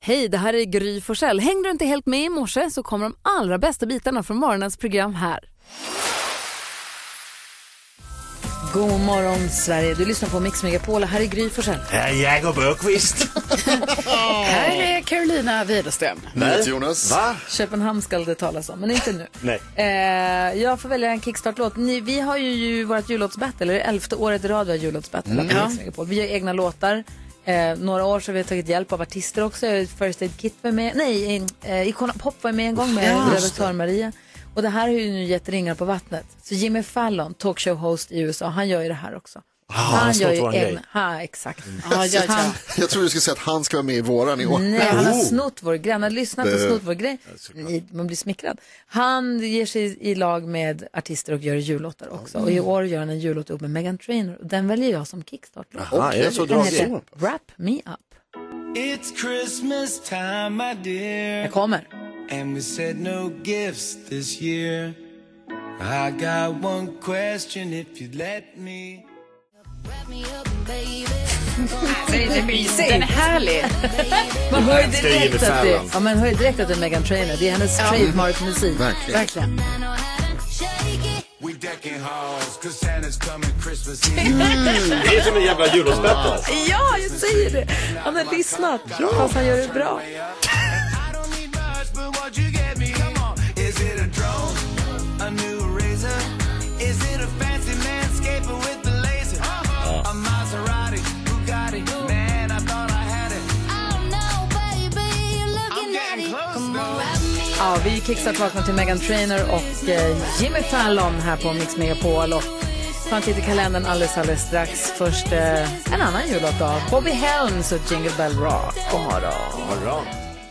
Hej, det här är Gry Forssell. Hängde du inte helt med i morse så kommer de allra bästa bitarna från morgonens program här. God morgon Sverige, du lyssnar på Mix Megapol. Här är Gry Forssell. Här är Jakob Öqvist. Här är Carolina Widerström. Nej, Jonas. Va? Köpenhamn ska det talas om, men inte nu. Nej. Jag får välja en kickstart-låt. Vi har ju vårt jullåtsbattle, eller 11:e året i rad vi har jullåtsbattle på Mix Megapol. Vi gör egna låtar. Några år så har vi tagit hjälp av artister också. First Aid Kit var med. Nej, Icona Pop var med en gång med redaktör Maria. Och det här har ju nu gett ringar på vattnet. Så Jimmy Fallon, talkshow-host i USA, han gör ju det här också. Han gör ju egna. Ja, exakt. Jag tror du skulle säga att han ska vara med i våran i år. Nej, han har snott vår grej. Han har lyssnat och snott vår grej. Nej, man blir smickrad. Han ger sig i lag med artister och gör jullåtar också. Och i år gör han en jullåt upp med Meghan Trainor. Och den väljer jag som kickstart-låt. Aha, är det så den heter Wrap Me Up. It's Christmas time, my dear. Jag kommer. And we said no gifts this year. I got one question if you'd let me. Den är härlig. Man hör ju direkt att det, ja, man hör ju direkt att det är Meghan Trainor. Det är hennes trademark-musik. Verkligen. We decking halls, 'cause Santa's coming Christmas Det är som en jävla jullåtsbattle. Ja, jag säger det. Han har lyssnat. Fast han gör det bra. I don't need much, but what you get me? Come on. Is it a drone? A new razor? Is it a fancy manscaper with the laser? A Maserati? Bugatti? Man, I thought I had it. Oh no, baby, you're looking at it. Come on, wrap me up. Ja, vi kickstart-vaknar till Meghan Trainor och Jimmy Fallon här på Mix Megapol. Och fan till kalendern alldeles strax. Först en annan jullåt av Bobby Helms och Jingle Bell Rock. God morgon.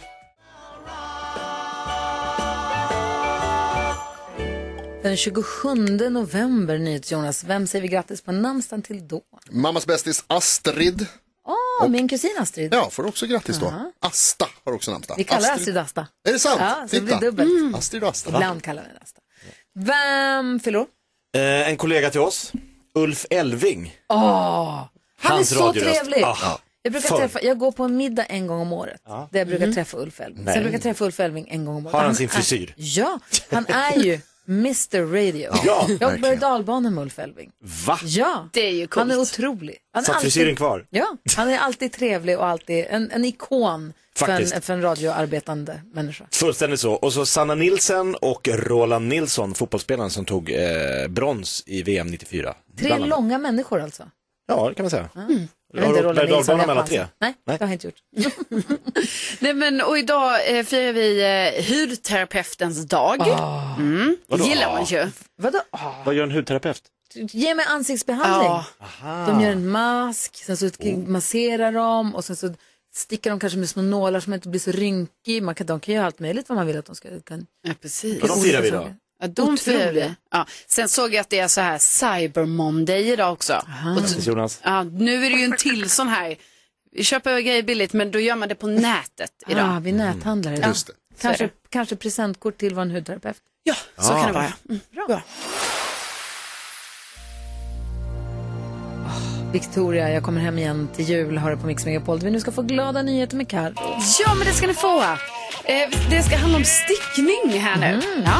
Den 27 november, Jonas. Vem säger vi grattis på namnsdagen till då? Mammas bästis Astrid. Min kusin Astrid. Ja, får också grattis då. Asta har också namnsdag. Vi kallar Astrid Asta. Är det sant? Ja, så det blir dubbelt. Astrid och Asta. Ibland kallar vi den Asta. Vem fyller år? En kollega till oss, Ulf Elving. Han är så radioröst. trevlig. Ah. Jag går på en middag en gång om året. Där jag brukar träffa Ulf Elving. Så jag brukar träffa Ulf Elving en gång om året. Har han sin frisyr? Ja, han är ju Mr. Radio. Ja, jag började dalbanan med Ulf Elving. Va? Ja, Det är ju coolt. han är otrolig. Han är Satt frisyren kvar? Ja, han är alltid trevlig och alltid en ikon Faktiskt. för en radioarbetande människa. Fullständigt så. Och så Sanna Nilsson och Roland Nilsson, fotbollsspelaren som tog brons i VM 94. Tre långa människor alltså. Ja, det kan man säga. Jag vet inte, Roland Nilsson dalbanan mellan japansk. tre? Nej, det har jag inte gjort. Nej, men, och idag firar vi hudterapeutens dag. Vadå? Gillar man ju. Vadå? Vad gör en hudterapeut? Ge mig ansiktsbehandling. Ja. De gör en mask, sen så masserar de och sen så stickar de kanske med små nålar som inte blir så rynkig. De kan göra allt möjligt vad man vill att de ska. Ja, precis. Och de firar vi idag. Ja, de firar vi. Ja. Sen såg jag att det är så här Cyber Monday idag också. Och Jonas? ja, nu är det ju en till sån här. Vi köper grejer billigt, men då gör man det på nätet idag. Vi näthandlar idag. Just det. Kanske presentkort till vår hudterapeut. Ja, så kan det vara. Bra. Victoria, jag kommer hem igen till jul, har det på Mix Megapol. Vi nu ska få glada nyheter med Karo. Ja, men det ska ni få. Det ska handla om stickning här nu. Ja.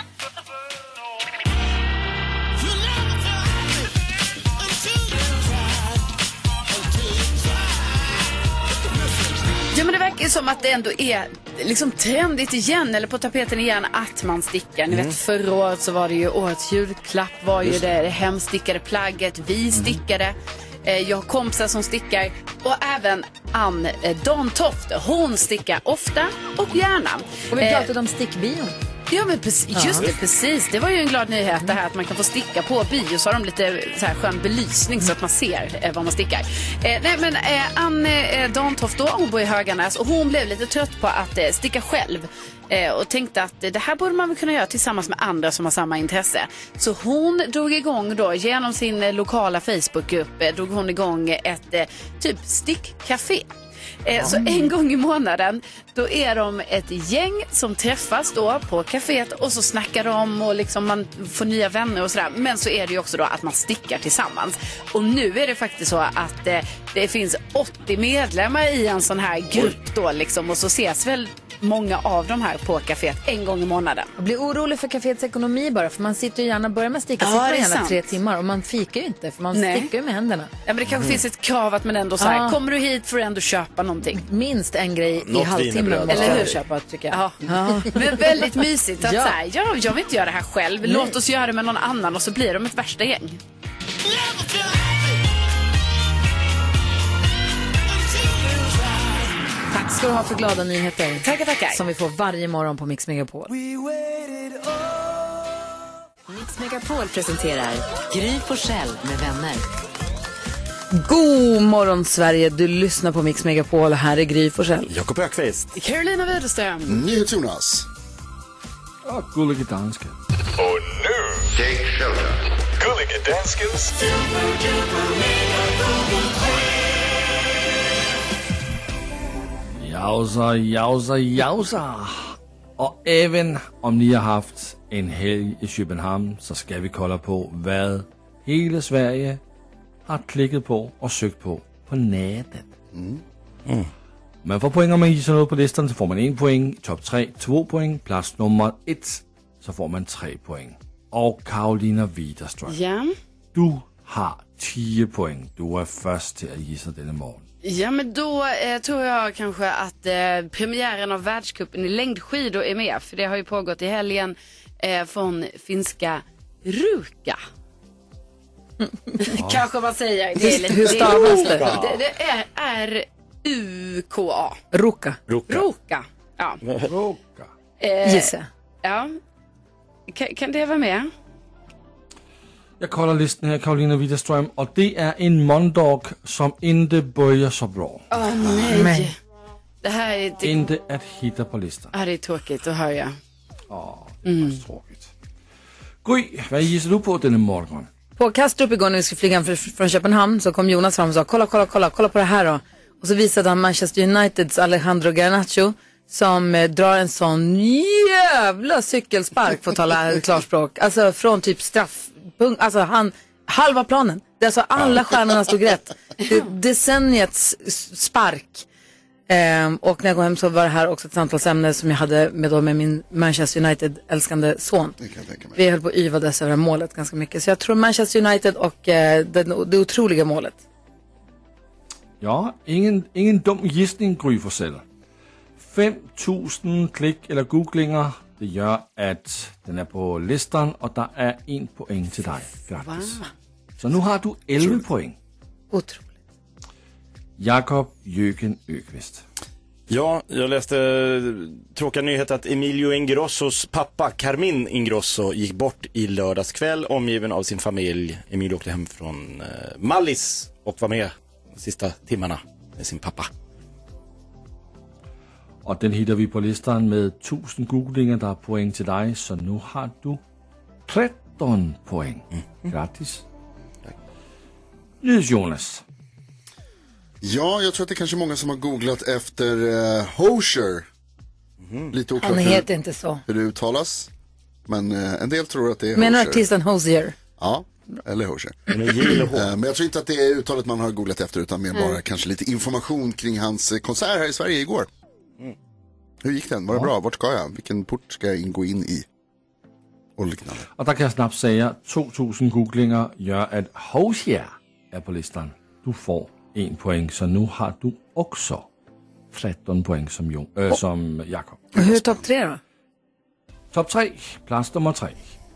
Ja, men det verkar som att det ändå är liksom trendigt igen, eller på tapeten igen, att man stickar. Ni vet, förra året så var det ju årets julklapp, var ju det hemstickade plagget. Vi stickade. Jag har kompisar som stickar. Och även Ann Dantoft, hon stickar ofta och gärna. Och vi pratade om stickbion. Ja, men just det, precis. Det var ju en glad nyhet det här att man kan få sticka på bio, så har de lite så här skön belysning så att man ser vad man stickar. Ann Dantoft då, hon bor i Höganäs och hon blev lite trött på att sticka själv. Och tänkte att det här borde man väl kunna göra tillsammans med andra som har samma intresse. Så hon drog igång då, genom sin lokala Facebookgrupp, drog hon igång ett typ stickcafé. Så en gång i månaden, då är de ett gäng som träffas då på kaféet och så snackar de och liksom man får nya vänner och sådär. Men så är det ju också då att man stickar tillsammans. Och nu är det faktiskt så att det finns 80 medlemmar i en sån här grupp då liksom, och så ses väl många av de här på kaféet en gång i månaden. Jag blir orolig för kaféets ekonomi bara, för man sitter ju gärna, börjar med att sticka, gärna 3 timmar och man fikar ju inte, för man stickar ju med händerna. Ja, men det kanske finns ett krav att man ändå så här, kommer du hit för att ändå köpa någonting? Minst en grej i halvtimmen måste jag köpa, tycker jag. Ja. Men väldigt mysigt att så här, jag vill inte göra det här själv. Låt oss göra det med någon annan och så blir de ett värsta gäng. Tack ska du ha för glada nyheter. Tackar. Som vi får varje morgon på Mix Megapol. Mix Megapol presenterar Gry Forssell med vänner. God morgon Sverige, du lyssnar på Mix Megapol. Här är Gry Forssell. Jakob Ökvist. Carolina Widerström. NyhetsJonas. Och Gullige Dansken. Och nu, Take shelter. Gullige Danskens Jausa. Och även om ni har haft en helg i Köpenhamn så ska vi kolla på vad hela Sverige har klickat på och sökt på nätet. Man får poäng om man gissar något på listan, så får man 1 poäng, topp 3 2 poäng, plats nummer 1 så får man 3 poäng. Och Carolina Widerström, du har 10 poäng. Du är först till att gissa denna morgon. Ja, men då tror jag kanske att premiären av världscupen i längdskidor är med. För det har ju pågått i helgen från finska Ruka. Kanske man säger. Det är lite, hur stavas det? Det är R-U-K-A. Ruka. Ja. Ruka. Gissa. Ja. Kan det vara med? Jag kollar listan här, Carolina Widerström, och det är en måndag som inte börjar så bra. Nej. Det här är inte att hitta på listan. Ja, det är tråkigt att höra. Det är tråkigt. Gry, vad gissar du på denna morgon? På Kastrup igår när vi skulle flyga från Köpenhamn så kom Jonas fram och sa kolla på det här då. Och så visade han Manchester Uniteds Alejandro Garnacho som drar en sån jävla cykelspark, för att tala klarspråk. Alltså från typ straffpunkt, alltså halva planen. Det är alltså alla stjärnorna stod rätt. Decenniets spark. Och när jag går hem så var det här också ett samtalsämne som jag hade med min Manchester United-älskande son. Vi höll på att yvades över målet ganska mycket. Så jag tror Manchester United och det otroliga målet. Ja, ingen dum gissning, Gry Forssell. 5.000 klick eller googlingar, det gör att den är på listan och där är 1 poäng till dig. Grattis. Wow. Så nu har du 11 poäng. Otroligt. Jakob Jöken Ökvist. Ja, jag läste tråkiga nyheter att Emilio Ingrossos pappa Carmine Ingrosso gick bort i lördagskväll omgiven av sin familj. Emilio åkte hem från Mallis och var med de sista timmarna med sin pappa. Och den hittar vi på listan med 1000 googlingar, där är poäng till dig. Så nu har du 13 poäng. Grattis. NyhetsJonas. Ja, jag tror att det är kanske många som har googlat efter Hosier. Lite oklart Han heter inte så. hur det uttalas. Men en del tror att det är Hosier. Menar artisten Hosier? Ja, eller Hosier. Men jag tror inte att det är uttalet man har googlat efter, utan mer bara kanske lite information kring hans konsert här i Sverige igår. Hur gick den? Var det bra? Vart ska jag? Vilken port ska jag gå in i? Och liknande. Och där kan jag snabbt säga 2000 googlingar gör att Hosier är på listan. Du får 1 poäng, så nu har du också 13 poäng som Jakob. Och hur är topp 3 då? Topp 3, plats nummer 3.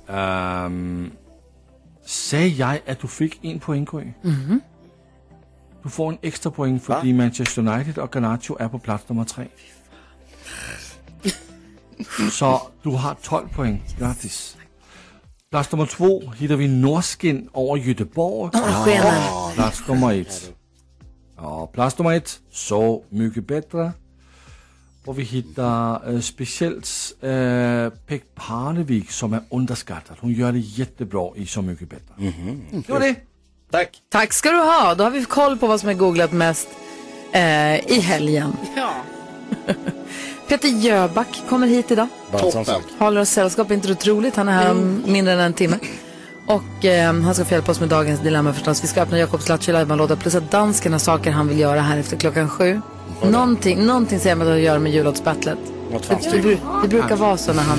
Säger jag att du fick 1 poäng, Gry? Du får en extra poäng för Manchester United och Garnacho är på plats nummer 3. Så du har 12 poäng. Grattis. Plats nummer 2 hittar vi Nordsken över Göteborg. Plats nummer 1. Ja, plats nummer 1. Så mycket bättre. Och vi hittar speciellt Peg Parnevik som är underskattad. Hon gör det jättebra i Så mycket bättre. Det var det. Tack. Tack ska du ha. Då har vi koll på vad som är googlat mest. i helgen. Ja. Peter Jöback kommer hit idag. Håller oss sällskap, inte otroligt. Han är här om mindre än en timme. Och han ska få hjälpa oss med dagens dilemma förstås. Vi ska öppna Jakobs Lattjo-låda plus att dansken har saker han vill göra här efter 7:00. Någonting säger man att göra med jullåtsbattlet. Det brukar vara så när han...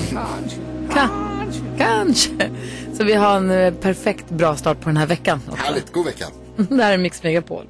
Kanske. Så vi har en perfekt bra start på den här veckan. Härligt, god vecka. Det här är Mix Megapol.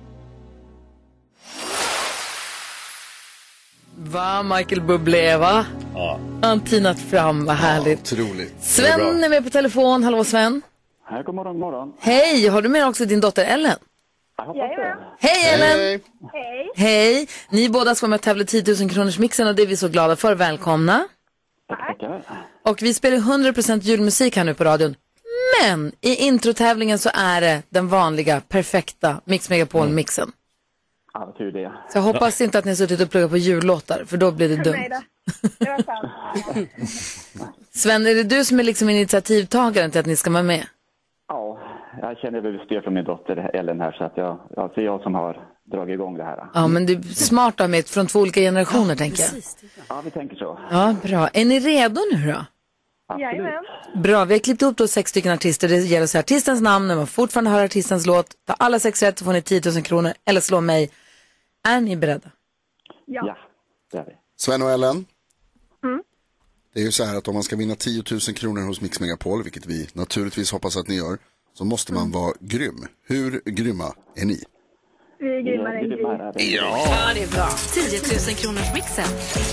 Va, Michael Bublé, va? Ja. Han tinat fram, vad härligt. Otroligt. Sven är med på telefon. Hallå Sven. Hej, god morgon. Hej, har du med också din dotter Ellen? Jag hoppas det. Hej Ellen. Hej. Hej. Ni båda ska vara med och tävla 10 000 kronors mixen och det är vi så glada för. Välkomna. Tackar. Och vi spelar 100% julmusik här nu på radion. Men i introtävlingen så är det den vanliga, perfekta Mix Megapol-mixen. Ja, tur det. Så jag hoppas inte att ni har suttit och pluggat på jullåtar, för då blir det dumt. Nej då. Det var sant. Sven, är det du som är liksom initiativtagaren till att ni ska vara med? Ja, jag känner väl stöd från min dotter Ellen här, så att det är jag som har dragit igång det här. Ja, men det är smart att ha med från 2 olika generationer, tänker jag. Ja, vi tänker så. Ja, bra. Är ni redo nu då? Jajamän. Bra, vi har klippt upp då 6 stycken artister. Det gäller så artistens namn, när man fortfarande hör artistens låt. Ta alla 6 rätt så får ni 10 000 kronor, eller slå mig. Är ni beredda? Ja, det är vi. Sven och Ellen. Det är ju så här att om man ska vinna 10 000 kronor hos Mix Megapol, vilket vi naturligtvis hoppas att ni gör, så måste man vara grym. Hur grymma är ni? Vi är grymmare än Gry. Ja, det är bra. 10 000 kronors mixen.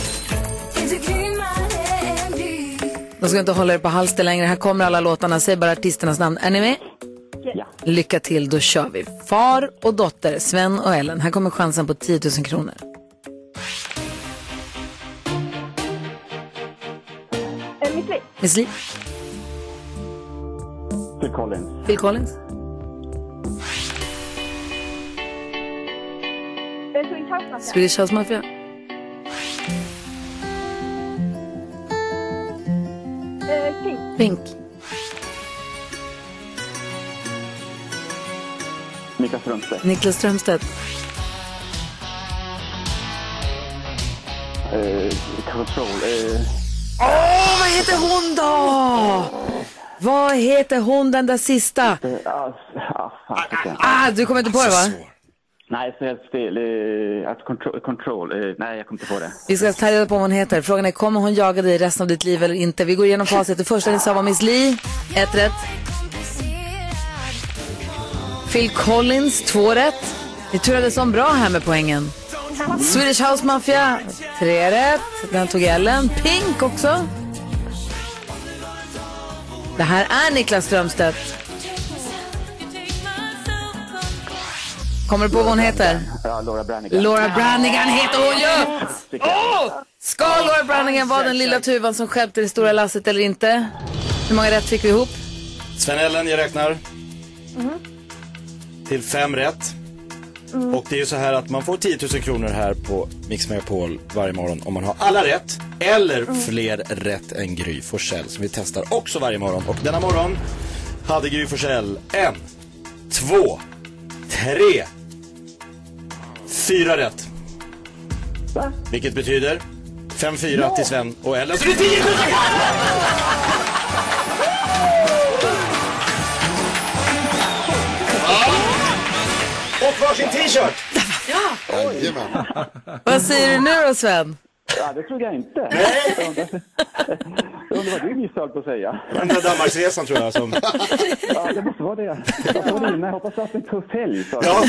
De ska inte hålla er på halster längre. Här kommer alla låtarna. Säg bara artisternas namn. Är ni med? Ja. Lycka till, då kör vi. Far och dotter, Sven och Ellen. Här kommer chansen på 10 000 kronor. Miss Li. Phil Collins. Phil Collins. Swedish House Mafia. Pink. Niklas Strömstedt. Control. Vad heter hon då? Vad heter hon, den där sista? Du kommer inte på det, va? Nej, så helt still. Control. Nej, jag kommer inte på det. Vi ska ta reda på vad hon heter. Frågan är, kommer hon jaga dig resten av ditt liv eller inte? Vi går igenom facit. Det första ni sa var Miss Li. 1 rätt. Phil Collins, 2 rätt. Ni turade som bra här med poängen. Swedish House Mafia, 3 rätt. Den tog Ellen. Pink också. Det här är Niklas Strömstedt. Kommer du på vad hon heter? Ja, Laura Branigan. Laura Branigan heter hon ju! Ska Laura Branigan vara den lilla tuvan som stjälpte det stora lasset eller inte? Hur många rätt fick vi ihop? Sven Ellen, jag räknar. Till 5 rätt. Och det är ju så här att man får 10 000 kronor här på Mix Megapol varje morgon om man har alla rätt eller fler rätt än Gry Forssell, som vi testar också varje morgon. Och denna morgon hade Gry Forssell 1, 2, 3, 4 rätt. Vilket betyder 5-4 till Sven och Ellen. Så det är 10 000 kronor! Och varsin t-shirt! Ja! Vad säger du nu då, Sven? Ja, det tror jag inte. Det var du missade på att säga. Den där Danmarksresan tror jag som... Ja, det måste vara det. Jag hoppas att en tuff helg. Ja.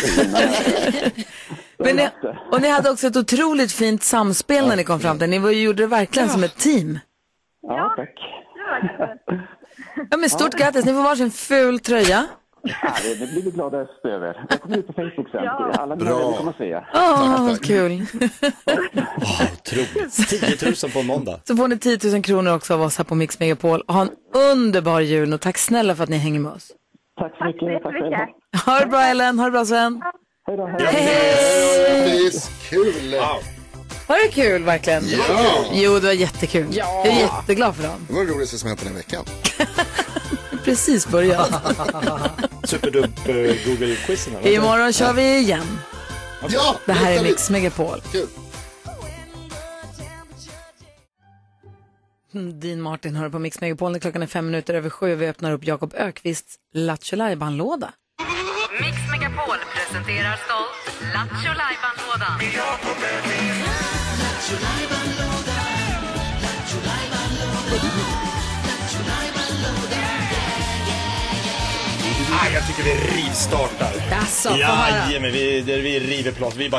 Men ni hade också ett otroligt fint samspel när ni kom fram där. Ni gjorde det verkligen som ett team. Ja, tack. Ja, men stort grattis. Ni får varsin ful tröja. Ja, det blir vi glada över. Jag kommer ut på Facebook sen. Alla mina vänner kommer att se. Vad kul. Otroligt. 10 000 på en måndag. Så får ni 10 000 kronor också av oss här på Mix Megapol. Och ha en underbar jul och tack snälla för att ni hänger med oss. Tack så mycket. Tack själv. Ha det bra, Ellen. Ha det bra, Sven. Hej då. Hej. Kul. Var det kul verkligen? Ja. Jo, det var jättekul. Ja. Jag är jätteglad för dem. Det var det roligaste som hänt den här veckan. Precis börjat. Superdubb Google-quizen. Imorgon kör vi igen. Ja! Det här är Mix Megapol. Kul. Dean Martin hör på Mix Megapol. Klockan är 5:05. Vi öppnar upp Jakob Ökvists Lattjo Lajban-låda. Mix Megapol presenterar stolt Lattjo Lajban-lådan. Jag tycker vi rivstartar. Jaså, men vi river plats. Vi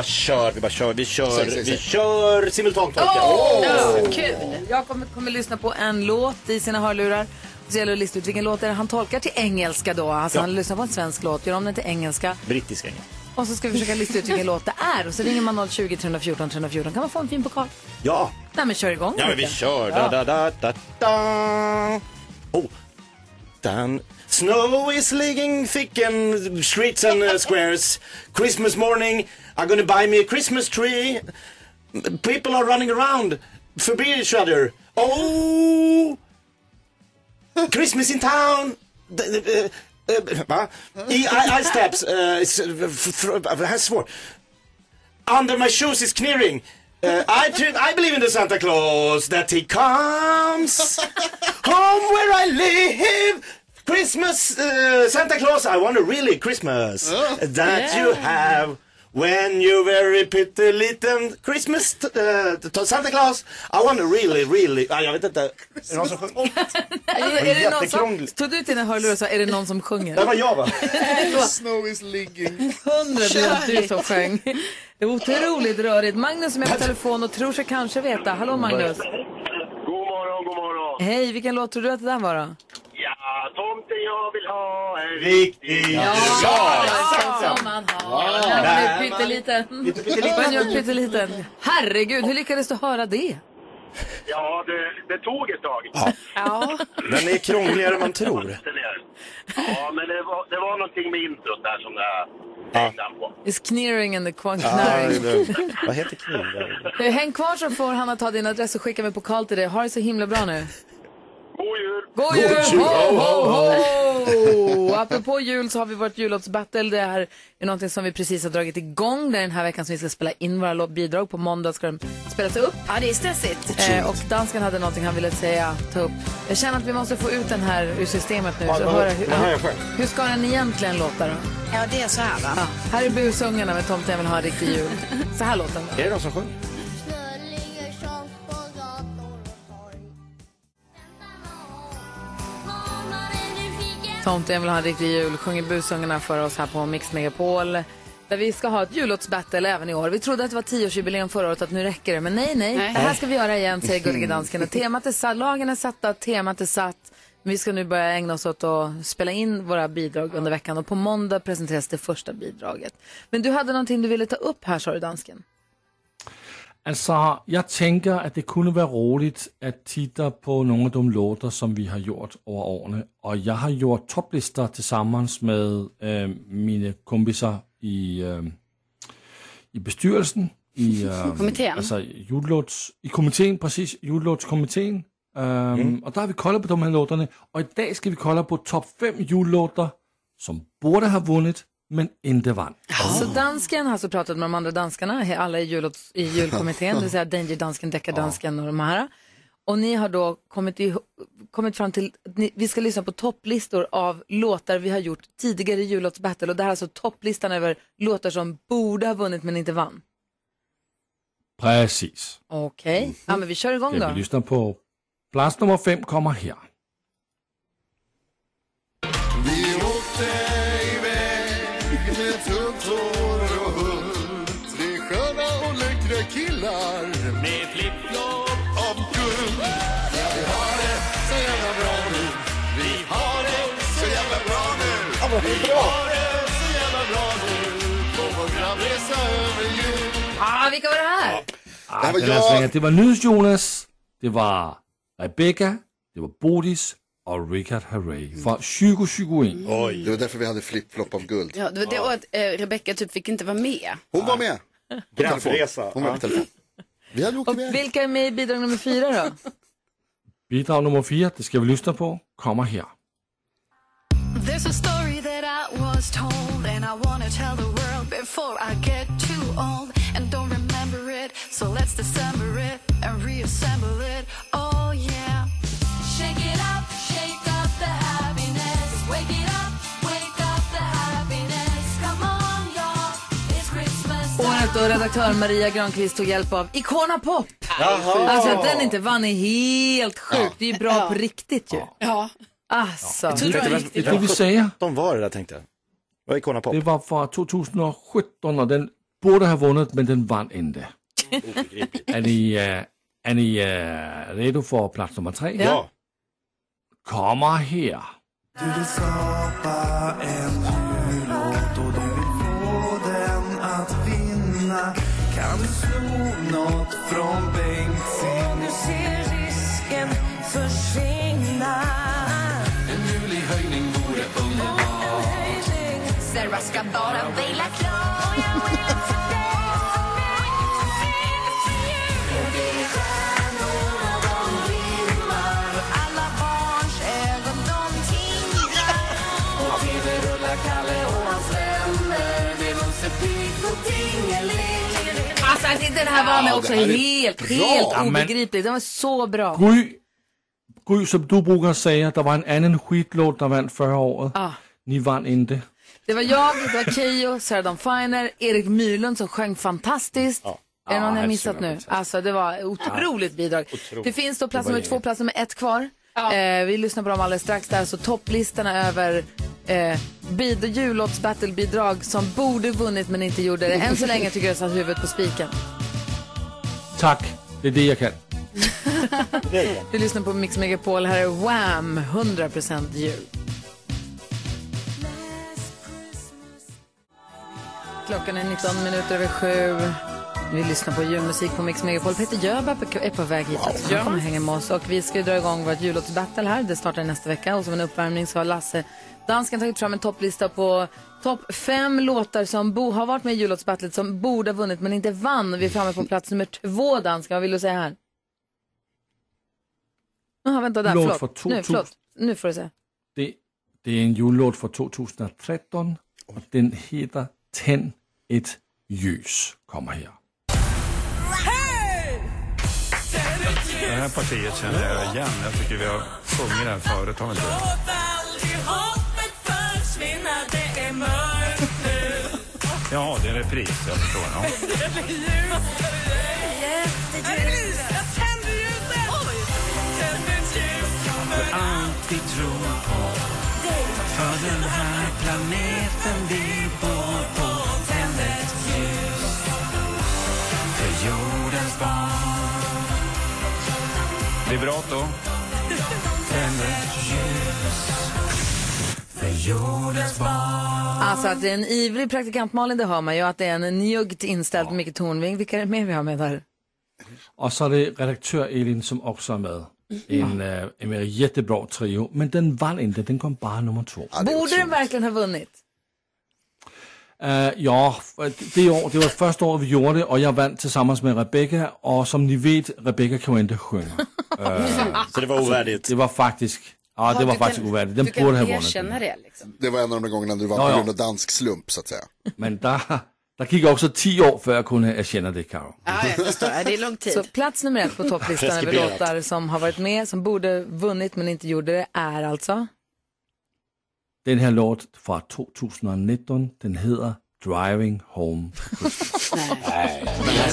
kör simultantolka. Kul! Jag kommer lyssna på en låt i sina hörlurar. Så gäller det att lista ut vilken låt är det han tolkar till engelska då. Alltså han lyssnar på en svensk låt, gör om den till engelska. Brittisk engelska. Och så ska vi försöka lista ut vilken låt det är. Och så ringer man 020-314-314. Kan man få en fin pokal? Ja. Nej, men kör igång. Ja, men vi kör. Dan. Snow is laying thick in streets and squares. Christmas morning, I'm gonna buy me a Christmas tree. People are running around, forbi each other. Oh, Christmas in town. Ice steps. Svårt. Under my shoes is clearing. I believe in the Santa Claus that he comes home where I live. Christmas, Santa Claus, I want a really Christmas that you have when you're very pretty little Christmas, Santa Claus, I want a really, jag vet inte. Är det någon som sjunger? Är det någon som, stod du till dina hörlurar och sa, är det någon som sjunger? Det var jag, va? Snow is ligging. 100 att du som sjöng. Det är otroligt rörigt. Magnus som är på telefon och tror sig kanske veta. Hallå Magnus. God morgon. Hej, vilken låt tror du att det där var då? Ja, tomten jag vill ha en riktig. Ja, som man har. Den är pytteliten. Herregud, hur lyckades du höra det? Ja, det tog ett tag. Ja. Den är krångligare än man tror. Ja, men det var någonting med introt där som det hängde på. Is clearing and the knarring. Vad heter kniv? Häng kvar så får Hanna ta din adress och skicka med pokal till dig. Ha det så himla bra nu. God jul! God jul! Ho, ho, ho! Apropå jul så har vi vårt jullåtsbattle. Det här är någonting som vi precis har dragit igång. Det är den här veckan som vi ska spela in våra bidrag. På måndag ska de spelas upp. Ja, det är stressigt. Och dansken hade någonting han ville ta upp. Jag känner att vi måste få ut den här ur systemet nu. Så höra hur ska den egentligen låta då? Ja, det är så här va? Ja, här är busungarna med Tomten jag vill ha en riktig jul. Så här låter den då. Är det någon som sjunger? Tomten jag vill ha en riktig jul sjunger busungarna för oss här på Mix Megapol. Där vi ska ha ett jullåtsbattle även i år. Vi trodde att det var 10-årsjubileum förra året att nu räcker det. Men nej. Det här ska vi göra igen, säger Gullige Dansken. Temat är satt, lagen är satta, temat är satt. Vi ska nu börja ägna oss åt att spela in våra bidrag under veckan. Och på måndag presenteras det första bidraget. Men du hade någonting du ville ta upp här, sa du Dansken. Altså, jeg tænker, at det kunne være roligt at titte på nogle af de låter, som vi har gjort over årene. Og jeg har gjort toplister tillsammans med mine kompiser i bestyrelsen. I komiteen. Altså i komiteen, præcis, jullåtskomiteen. Og der har vi koldet på de her låterne. Og i dag skal vi kolde på top 5 jullåter, som burde have vundet, men inte vann. Så dansken har så pratat med de andra danskarna, alla i julkommittén, det vill säga Danger Dansken, Deckardansken och de här. Och ni har då kommit fram till att vi ska lyssna på topplistor av låtar vi har gjort tidigare i jullåtsbattle. Och det här är alltså topplistan över låtar som borde ha vunnit men inte vann. Precis. Okej. Ja, men vi kör igång då. Vi lyssnar på plats nummer 5 kommer här. Vi åkte iväg med tunnor och hund. Tre sköna och läckra killar med flip-flop av guld. Ja, vi har det så jävla bra nu. Vi har det så jävla bra nu. Ja, vad är vi bra. har det så jävla bra nu. På vår grannresa över jul. Vilka var det här? Det var Nydes Jonas, det var Rebecca, det var Bodis och Richard Herrey från 2021. Oj. Det var därför vi hade flip-flop av guld. Ja, det var det året Rebecca typ fick inte vara med. Hon var med. Grannresa. Hon var på telefon. Vi hade åkt iväg. Och vilka är med i bidrag nummer 4 då? Bidrag nummer 4, det ska vi lyssna på, kommer här. There's a story that I was told and I want to tell the world before I get too old and don't remember it. So let's dissemble it and reassemble it. Oh yeah. Shake it up the happiness. Wake it up the happiness. Come on y'all, it's Christmas. Året och redaktör Maria Granqvist tog hjälp av Icona Pop. Jaha. Alltså att den inte vann är helt sjukt. Det är ju bra på riktigt ju. Ja. Alltså. Det tror vi säger. De var det där, tänkte jag. Vad är Icona Pop? Det var för 2017 och den borde ha vunnit, men den vann inte. Är ni redo för plats nummer 3? Ja. Kommer här. Du vill skapa en jullåt och du vill få den att vinna. Kan du sno något från Bengtzing? Du ser risken försvinna. En julig höjning vore underbar. Sarah ska bara vila klar. Alla barns ögon de tindrar. Och TV rullar Kalle och hans vänner. Det är Musse Pigg och Tingeling. Alltså den här var också helt obegriplig. Den var så bra. Gry, som du brukar säga, det var en annan skitlåt där vann förra året. Ni vann inte. Det var jag, det var Keyyo, Sarah Dawn Finer, Erik Myrlund som sjöng fantastiskt. Är det någon jag missat nu? Alltså det var otroligt bidrag. Det finns då plats nummer 2, plats nummer 1 kvar. Vi lyssnar på dem alldeles strax där. Så topplistorna över jullåts-battle-bidrag som borde vunnit men inte gjorde det. Än så länge tycker jag satt huvudet på spiken. Tack, det är det jag kan. Vi lyssnar på Mix Megapol. Här är Wham! 100% jul. Klockan är 19 minuter över 7. Vi lyssnar på julmusik på Mix Megapol. Peter Jöback är på väg hit. Han kommer hänga med oss. Och vi ska dra igång vårt jullåtsbattle här. Det startar nästa vecka. Och som en uppvärmning så har Lasse Dansken tagit fram en topplista på topp 5 låtar som har varit med i jullåtsbattlet som borde ha vunnit men inte vann. Vi är framme på plats nummer 2, Dansken. Vad vill du säga här? Vänta där, förlåt. Nu får du säga. Det är en jullåt för 2013 och den heter Tänd ett ljus. Kommer här. Det här partiet känner jag igen. Jag tycker vi har sjungit den förut. Har vi inte? Ja, det är en repris. Jag förstår. Ja. För alltid tro på. För den här planeten vi bor på. Tänd ett ljus för jordens barn. Vibrato. Tänd ett ljus för jordens barn. Alltså att det är en ivrig praktikant Malin, det hör man ju. Att det är en njuggt inställd Micke Tornving. Vilka är det mer vi har med där? Och så är det redaktör Elin som också är med. En jättebra trio. Men den vann inte, den kom bara nummer 2. Borde den verkligen ha vunnit? Ja, det var första år vi gjorde det och jag vann tillsammans med Rebecca. Och som ni vet, Rebecca kan ju inte sjunga. Så det var ovärdigt. Det var faktiskt... Ja, det var faktiskt ovärdigt. Den borde ha vunnit. Det, liksom. Det var en av de gångerna du var på grund av dansk slump, så att säga. Men där gick också 10 år för att kunna erkänna det, Karo. Ja, jag förstår. Det är lång tid. Så plats nummer 1 på topplistan över låtar som har varit med, som borde vunnit men inte gjorde det, är alltså... Den här låt från 2019, den heter Driving Home Christmas. Nej.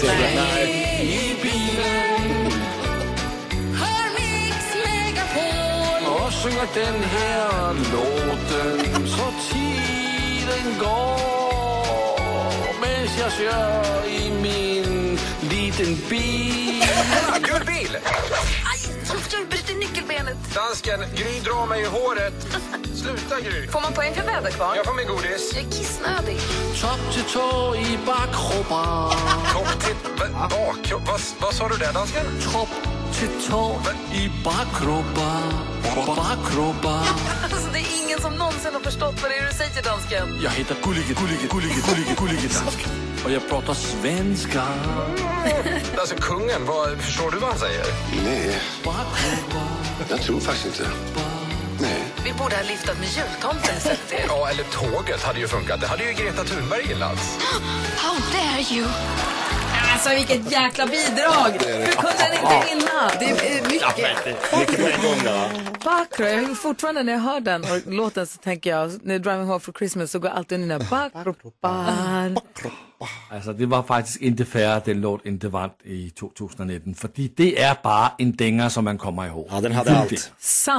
Och synger den här låten så tiden går. Medan jag kör i min liten bil. Gul bil! Aj, jag bryter nyckelbenet. Dansken, Gry drar mig i håret. Sluta, Gry. Får man poäng för väderkvarn? Jag får min godis. Jag är kissnödig. Topp till tå i bakkroppen. Topp till... Bakkroppen? Vad sa du där, dansken? Topp till tå i bakkroppen. Bakkroppen. Alltså det är ingen som någonsin har förstått vad det är du säger, dansken. Jag heter Gullige dansken. Och jag pratar svenska. Alltså kungen, förstår du vad han säger? Nej, jag tror faktiskt inte. Vi borde ha liftat med jultomten istället. Ja, eller tåget hade ju funkat. Det hade ju Greta Thunberg gillat. How dare you? Alltså vilket jäkla bidrag! Hur kunde den inte vinna? Det är mycket. Mycket på en gång då. Bakro, fortfarande när jag hör den och låten så tänker jag, när Driving Home for Christmas så går alltid den där Bakro. Altså, det var faktisk inte fair, at den låt inte vann i 2019, fordi det är bara en dænger, som man kommer ihåg. Ja, den hade allt.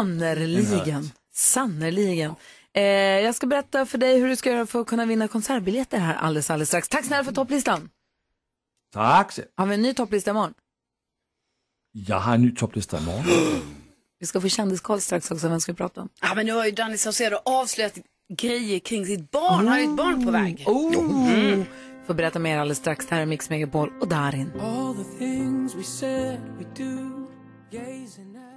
Sannerligen. Jag ska berätta för dig hur du ska göra för att kunna vinna konsertbiljetter här alldeles strax. Tack snälla för topplistan. Tack. Har vi en ny topplista imorgon? Jag har en ny topplista imorgon. Vi ska få kändiskoll strax också, vem ska vi prata om? Ja, men nu har ju Danny Saucedo avslöjat grejer kring sitt barn. Han har ju ett barn på väg. Får berätta mer alldeles strax. Här är Mix Megapol och Darin. All the things we said we do, gazing at.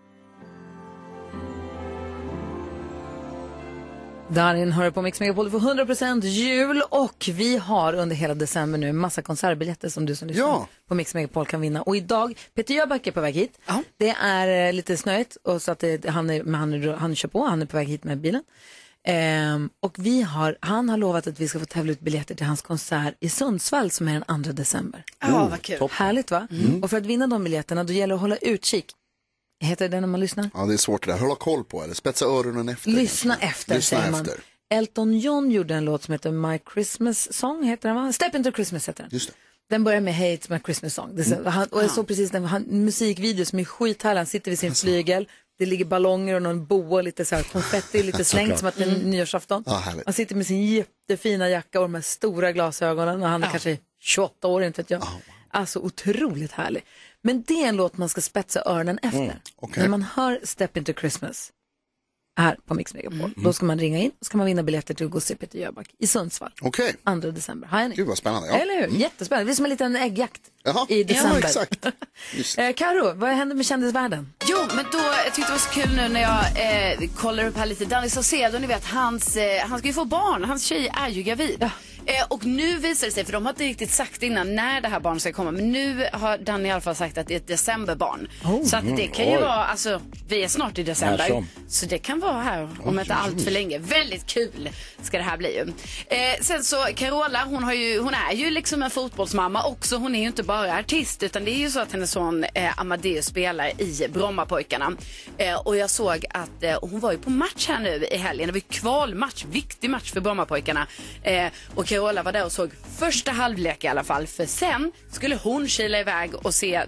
Darin hör på Mix Megapol för 100% jul och vi har under hela december nu massa konsertbiljetter som du som lyssnar på Mix Megapol kan vinna. Och idag, Peter Jöback är på väg hit. Det är lite snöigt och så att han kör på, han är på väg hit med bilen. Och han har lovat att vi ska få tävla ut biljetter till hans konsert i Sundsvall som är den 2 december. Vad kul. Härligt va? Och för att vinna de biljetterna då gäller det att hålla utkik. Heter det när man lyssnar? Ja, det är svårt det där. Hålla koll på eller spetsa öronen efter. Lyssna efter, säger man. Elton John gjorde en låt som heter My Christmas Song, heter den va? Step Into Christmas heter den. Just det. Den börjar med Hey It's My Christmas Song. Och jag såg precis en musikvideo som är skithärlig. Han sitter vid sin flygel. Det ligger ballonger och någon boa, lite så här konfetti, lite slängt som att det är nyårsafton. Han sitter med sin jättefina jacka och de här stora glasögonen och han är kanske 28 år, inte vet jag. Alltså otroligt härlig. Men det är en låt man ska spetsa öronen efter. När man hör Step Into Christmas här på Mix Megapol, då ska man ringa in och ska man vinna biljetter till att gå och se Peter Jöback i Sundsvall. 2 december. Har ni? Gud vad spännande. Eller hur? Jättespännande. Det är som en liten äggjakt i december. Ja, exakt. Karo, vad händer med kändisvärlden? Jo, men då jag tyckte det var så kul nu när jag kollar upp här lite. Danny Saucedo, ni vet, han ska ju få barn. Hans tjej är ju gravid. Och nu visar det sig, för de har inte riktigt sagt innan när det här barnet ska komma, men nu har Danny i alla fall sagt att det är ett decemberbarn. Så att det kan ju vara, alltså vi är snart i december, så det kan vara här om inte allt för länge. Väldigt kul ska det här bli ju. Sen så Carola, hon är ju liksom en fotbollsmamma också. Hon är ju inte bara artist, utan det är ju så att hennes son Amadeus spelar i Brommapojkarna. Och jag såg att hon var ju på match här nu i helgen. Det var ju kvalmatch, viktig match för Brommapojkarna. Och Carola var där och såg första halvlek i alla fall. För sen skulle hon kila iväg och se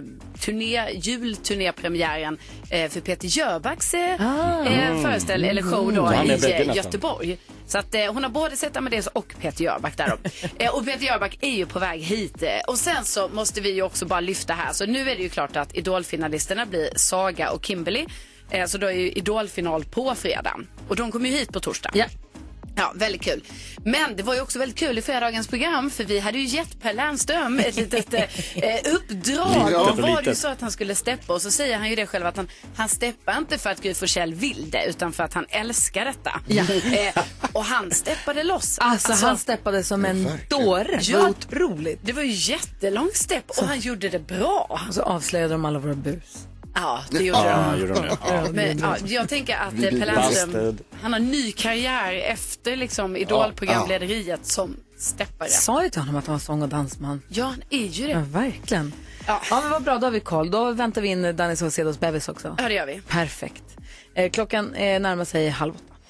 julturnépremiären för Peter Jöbacks föreställning eller show då i Göteborg. Så att hon har både sett Amadeus och Peter Jöback där. Och Peter Jöback är ju på väg hit. Och sen så måste vi ju också bara lyfta här. Så nu är det ju klart att idolfinalisterna blir Saga och Kimberly. Så då är ju idolfinal på fredag. Och de kommer ju hit på torsdag. Ja, väldigt kul. Men det var ju också väldigt kul i fredagens program, för vi hade ju gett Per Lernström ett litet uppdrag. Då var det ju så att han skulle steppa, och så säger han ju det själv att han steppar inte för att Gry Forssell vill det, utan för att han älskar detta. Och han steppade loss. Alltså han steppade som en dåre. Det var otroligt. Det var ju jättelång stepp och han gjorde det bra. Och så avslöjade de alla våra bus. Ja, det gjorde de. Men jag tänker att Per Lernström, han har ny karriär efter liksom idolprogramlederiet som steppare. Sa ju till honom att han var sång- och dansman. Ja, han är ju det. Ja, verkligen. Ja, men vad bra, då har vi koll. Då väntar vi in Danny Saucedos bebis också. Ja, det gör vi. Perfekt. Klockan närmar sig 7:30.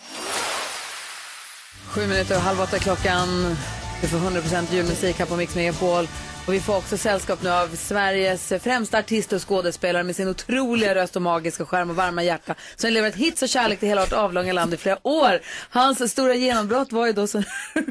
7:07 klockan. Vi får 100% julmusik här på Mix Megapol. Och vi får också sällskap nu av Sveriges främsta artist och skådespelare med sin otroliga röst och magiska skärm och varma hjärta, som lever ett hits och kärlek till hela vårt avlånga land i flera år. Hans stora genombrott var ju då som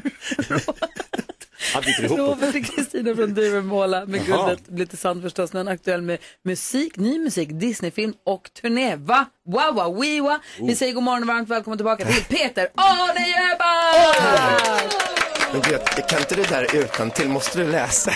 Robert och Kristina från Duvemåla med guldet blir till sant förstås, men aktuell med ny musik, Disneyfilm och turné. Wow, wiwa. Vi säger god morgon och varmt välkommen tillbaka till Peter Arne Jöback! Men vet, kan inte det där utan till måste du läsa.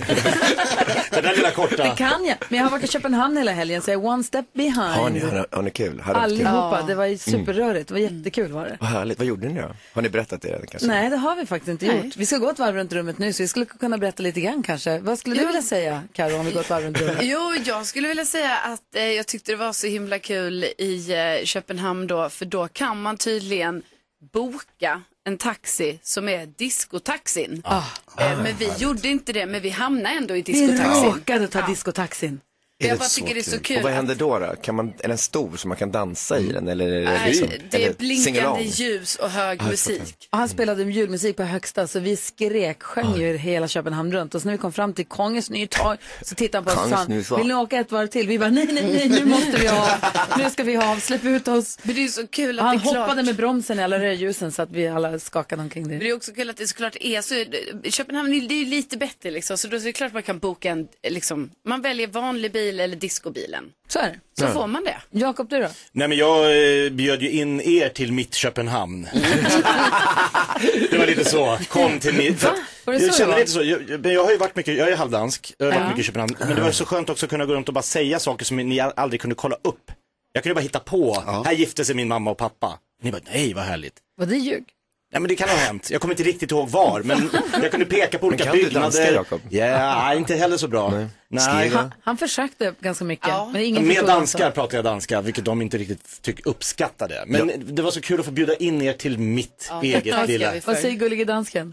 Det där lilla korta. Det kan jag. Men jag har varit i Köpenhamn hela helgen så jag är one step behind. Har ni kul? Allihopa, det var ju superrörigt. Det var jättekul var det. Vad härligt. Vad gjorde ni då? Har ni berättat det kanske? Nej, det har vi faktiskt inte gjort. Vi ska gå ett varv runt rummet nu så vi skulle kunna berätta lite grann kanske. Vad skulle du vilja säga, Karo, om vi går ett varv runt rummet? Jo, jag skulle vilja säga att jag tyckte det var så himla kul i Köpenhamn då, för då kan man tydligen boka en taxi som är diskotaxin. Men vi gjorde inte det, men vi hamnade ändå i diskotaxin. Vi råkade ta diskotaxin. Jag bara tycker det är så kul. Och vad händer då? Är den stor så man kan dansa i den? Eller det är blinkande ljus och hög musik. Och han spelade julmusik på högsta så vi sjöng ju hela Köpenhamn runt. Och så när vi kom fram till Kongens Nytorg så tittade han på oss och sa, vill ni åka ett varv till? Vi bara, nej, nu måste vi ha. Nu ska vi ha, släpp ut oss. Men det är så kul att han det är klart. hoppade med bromsen i alla rödljusen så att vi alla skakade omkring det. Men det är också kul att det såklart är så. Köpenhamn det är ju lite bättre liksom. Så då är det klart man kan boka en, liksom, man väljer vanlig bil eller diskobilen. Så är det. Så får man det. Jakob, du då? Nej, men jag bjöd ju in er till mitt Köpenhamn. Det var lite så. Kom till mitt. Jag känner lite så. Jag har ju varit mycket, jag är halvdansk. Jag har varit mycket i Köpenhamn. Men det var så skönt också att kunna gå runt och bara säga saker som ni aldrig kunde kolla upp. Jag kunde bara hitta på. Här gifte sig min mamma och pappa. Ni bara, nej vad härligt. Var det ljug? Ja, men det kan ha hänt. Jag kommer inte riktigt ihåg var, men jag kunde peka på olika byggnader. Danska, Jakob? Ja, inte heller så bra. Nej. Han försökte ganska mycket. Men ingen med danskar pratar jag danska, vilket de inte riktigt uppskattade. Men det var så kul att få bjuda in er till mitt eget lilla. Vad säger gullige dansken?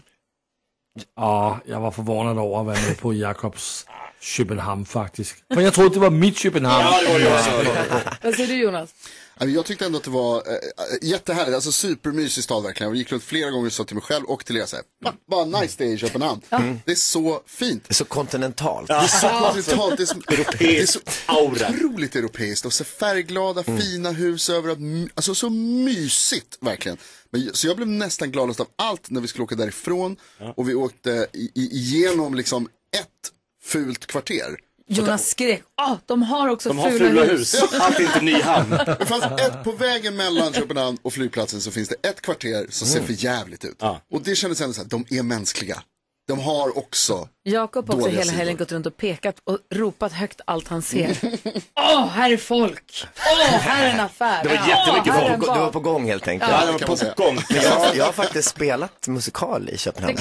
Ja, jag var förvånad över att vara med på Jakobs Köpenhamn faktiskt. För jag trodde det var mitt Köpenhamn. Vad säger du, Jonas? Jag tyckte ändå att det var jättehärligt, alltså supermysig stad verkligen. Jag gick runt flera gånger och sa till mig själv och till er så här, bara nice day i Köpenhamn. Det är så fint. Det är så kontinentalt. Det är så kontinentalt, det är så aura. otroligt europeiskt och så färgglada, fina hus överallt, alltså så mysigt verkligen. Så jag blev nästan gladast av allt när vi skulle åka därifrån och vi åkte igenom liksom ett fult kvarter. Jonas skrek, de har också fula hus. Allt är inte Nyhamn. Det fanns ett på vägen mellan Köpenhamn och flygplatsen så finns det ett kvarter som ser för jävligt ut. Och det kändes ändå så här, de är mänskliga. De har också Jakob också hela helgen gått runt och pekat och ropat högt allt han ser. Här är folk. Här är en affär. Det var jättemycket folk. Du var på gång helt enkelt. Ja, det var på gång. Jag har faktiskt spelat musikal i Köpenhamn.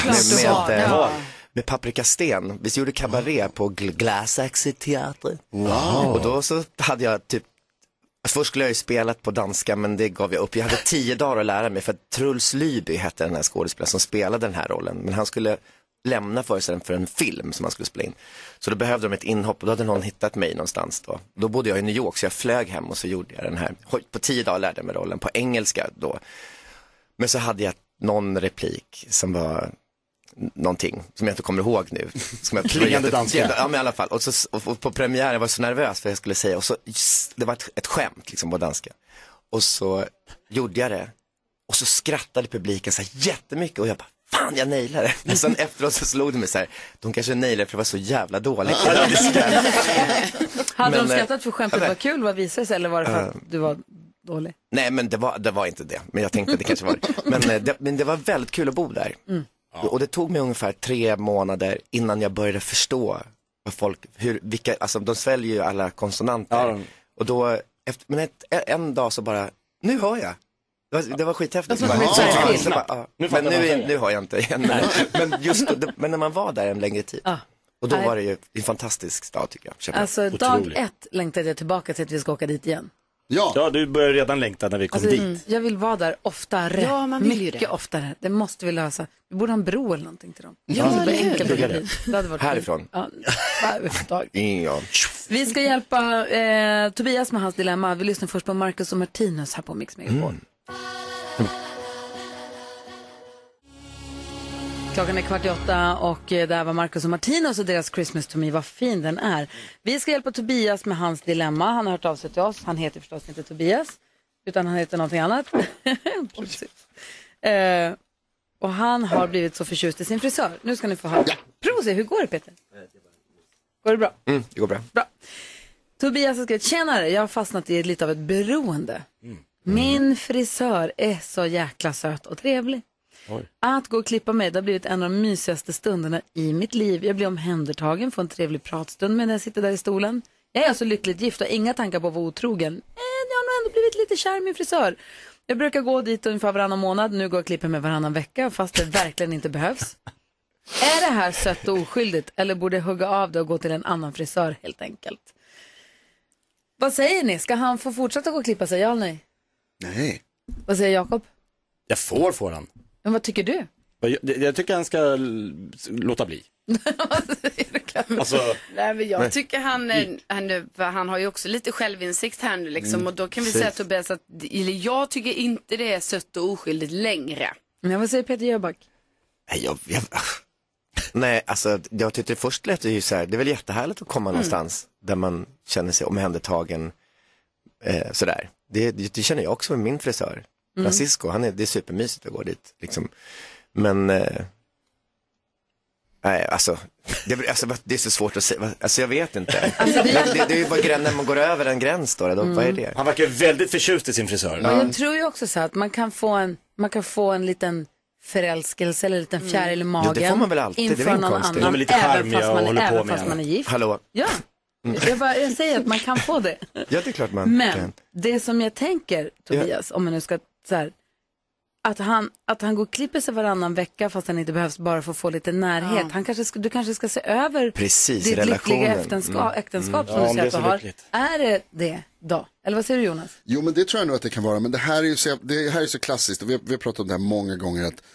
Med Paprika Sten. Vi gjorde kabaré på Glassaxi-teatret. Wow. Och då så hade jag typ, först skulle jag ju spelat på danska men det gav jag upp. Jag hade 10 dagar att lära mig för att Truls Lyby hette den här skådespelaren som spelade den här rollen. Men han skulle lämna föreställningen för en film som han skulle spela in. Så då behövde de ett inhopp och då hade någon hittat mig någonstans då. Då bodde jag i New York så jag flög hem och så gjorde jag den här. På 10 dagar lärde jag mig rollen på engelska då. Men så hade jag någon replik som var någonting som jag inte kommer ihåg nu. Klingande danska. Ja, men i alla fall. Och på premiären var jag så nervös för jag skulle säga. Och så, det var ett skämt liksom på danska. Och så gjorde jag det. Och så skrattade publiken så här jättemycket. Och jag bara, fan jag nailade det. Men sen efteråt så slog det mig så här, de kanske nailade för det var så jävla dåligt. Hade de skrattat för skämtet var kul, vad visade sig? Eller var det för att du var dålig? Nej, men det var inte det. Men jag tänkte att det kanske var det. Men det var väldigt kul att bo där. Och det tog mig ungefär 3 månader innan jag började förstå vad folk, alltså de sväljer ju alla konsonanter. Och då, men en dag så bara, nu hör jag. Det var skithäftigt. Men nu har jag inte igen. Men när man var där en längre tid. Och då var det ju en fantastisk stad tycker jag. Alltså dag 1 längtade jag tillbaka till att vi ska åka dit igen. Ja, du börjar redan längta när vi kom dit. Jag vill vara där oftare. Ja, man vill mycket ju det. Oftare. Det måste vi lösa. Vi borde ha en bro eller någonting till dem. Ja, det är enkelt. Det hade varit härifrån. Ja, vi ska hjälpa Tobias med hans dilemma. Vi lyssnar först på Marcus och Martinus här på Mix Megapol. Klockan är 7:15 och där var Marcus och Martinus och deras Christmas to me. Vad fin den är. Vi ska hjälpa Tobias med hans dilemma. Han har hört av sig till oss. Han heter förstås inte Tobias utan han heter någonting annat. Och han har blivit så förtjust i sin frisör. Nu ska ni få höra. Prova se, hur går det Peter? Går det bra? Det går bra. Tobias har skrivit, tjänare, jag har fastnat i lite av ett beroende. Min frisör är så jäkla söt och trevlig. Att gå och klippa mig, det har blivit en av de mysigaste stunderna i mitt liv. Jag blir omhändertagen, får en trevlig pratstund när jag sitter där i stolen. Jag är alltså lyckligt gift och inga tankar på att vara otrogen. Jag har nog ändå blivit lite kär i min frisör. Jag brukar gå dit ungefär varannan månad. Nu går jag och klipper mig varannan vecka fast det verkligen inte behövs. Är det här sött och oskyldigt eller borde jag hugga av det och gå till en annan frisör helt enkelt? Vad säger ni? Ska han få fortsätta gå och klippa sig? Ja eller nej? Nej. Vad säger Jakob? Jag får han. Men vad tycker du? Jag tycker han ska låta bli. Alltså, nej, men jag tycker han har ju också lite självinsikt här nu liksom, och då kan vi säga Tobias att jag tycker inte det är sött och oskyldigt längre. Men vad säger Peter Jöback? Nej, alltså jag tyckte först lät det ju så här, det är väl jättehärligt att komma någonstans där man känner sig omhändertagen sådär. Det känner jag också med min frisör. Francisco, det är supermysigt att gå dit liksom. Men nej, alltså det är så svårt att säga. Alltså jag vet inte. Det är ju bara när man går över en gräns då vad är det? Han verkar väldigt förtjust i sin frisör. Ja. Jag tror ju också så att man kan få en liten förälskelse eller en liten fjäril i magen. Jo, det får man väl alltid, inför det är någon konstigt. annan, lite även fast man är gift. Hallå? Ja, jag säger att man kan få det. Ja, det är klart man Men kan. det som jag tänker, Tobias, om man nu ska så här, att han går och klipper sig varannan vecka fast han inte behövs bara för att få lite närhet. Du kanske ska se över ditt lyckliga äktenskap som du säger att du har. Är det då? Eller vad säger du, Jonas? Jo, men det tror jag nog att det kan vara. Men det här är ju så klassiskt. Och vi har pratat om det här många gånger. Att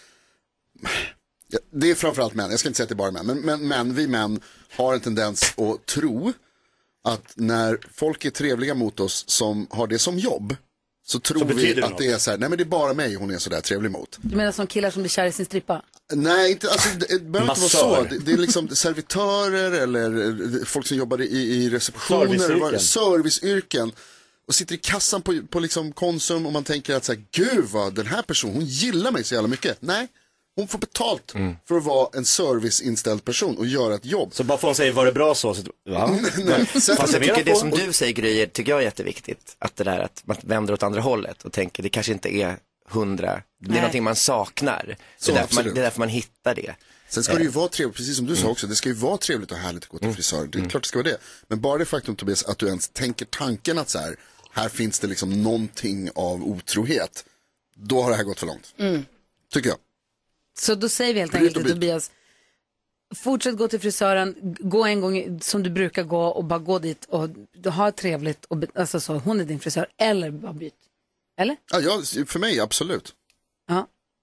det är framförallt män. Jag ska inte säga att det är bara män. Men vi män har en tendens att tro att när folk är trevliga mot oss som har det som jobb, så tror vi att det är så här, nej men det är bara mig hon är så där trevlig mot. Du menar som killar som blir kär i sin strippa? Nej, inte, alltså, det behöver inte vara så. Det är liksom servitörer eller folk som jobbar i receptioner, serviceyrken och sitter i kassan på liksom Konsum och man tänker att så här, gud vad den här personen, hon gillar mig så jävla mycket. Nej, hon får betalt för att vara en serviceinställd person och göra ett jobb. Så bara får hon säga, var det bra så? Nej, fast jag tycker det som du säger, Gry, tycker jag är jätteviktigt. Att det där att man vänder åt andra hållet och tänker, det kanske inte är 100. Det är någonting man saknar. Det är därför man hittar det. Sen ska det ju vara trevligt, precis som du sa också, det ska ju vara trevligt och härligt att gå till frisör. Det är klart det ska vara det. Men bara det faktum, Tobias, att du ens tänker tanken att så här finns det liksom någonting av otrohet. Då har det här gått för långt. Tycker jag. Så då säger vi helt enkelt till Tobias, fortsätt gå till frisören, gå en gång som du brukar gå och bara gå dit och ha trevligt och alltså så, hon är din frisör, eller bara byt. Eller? Ja, för mig absolut. Ja.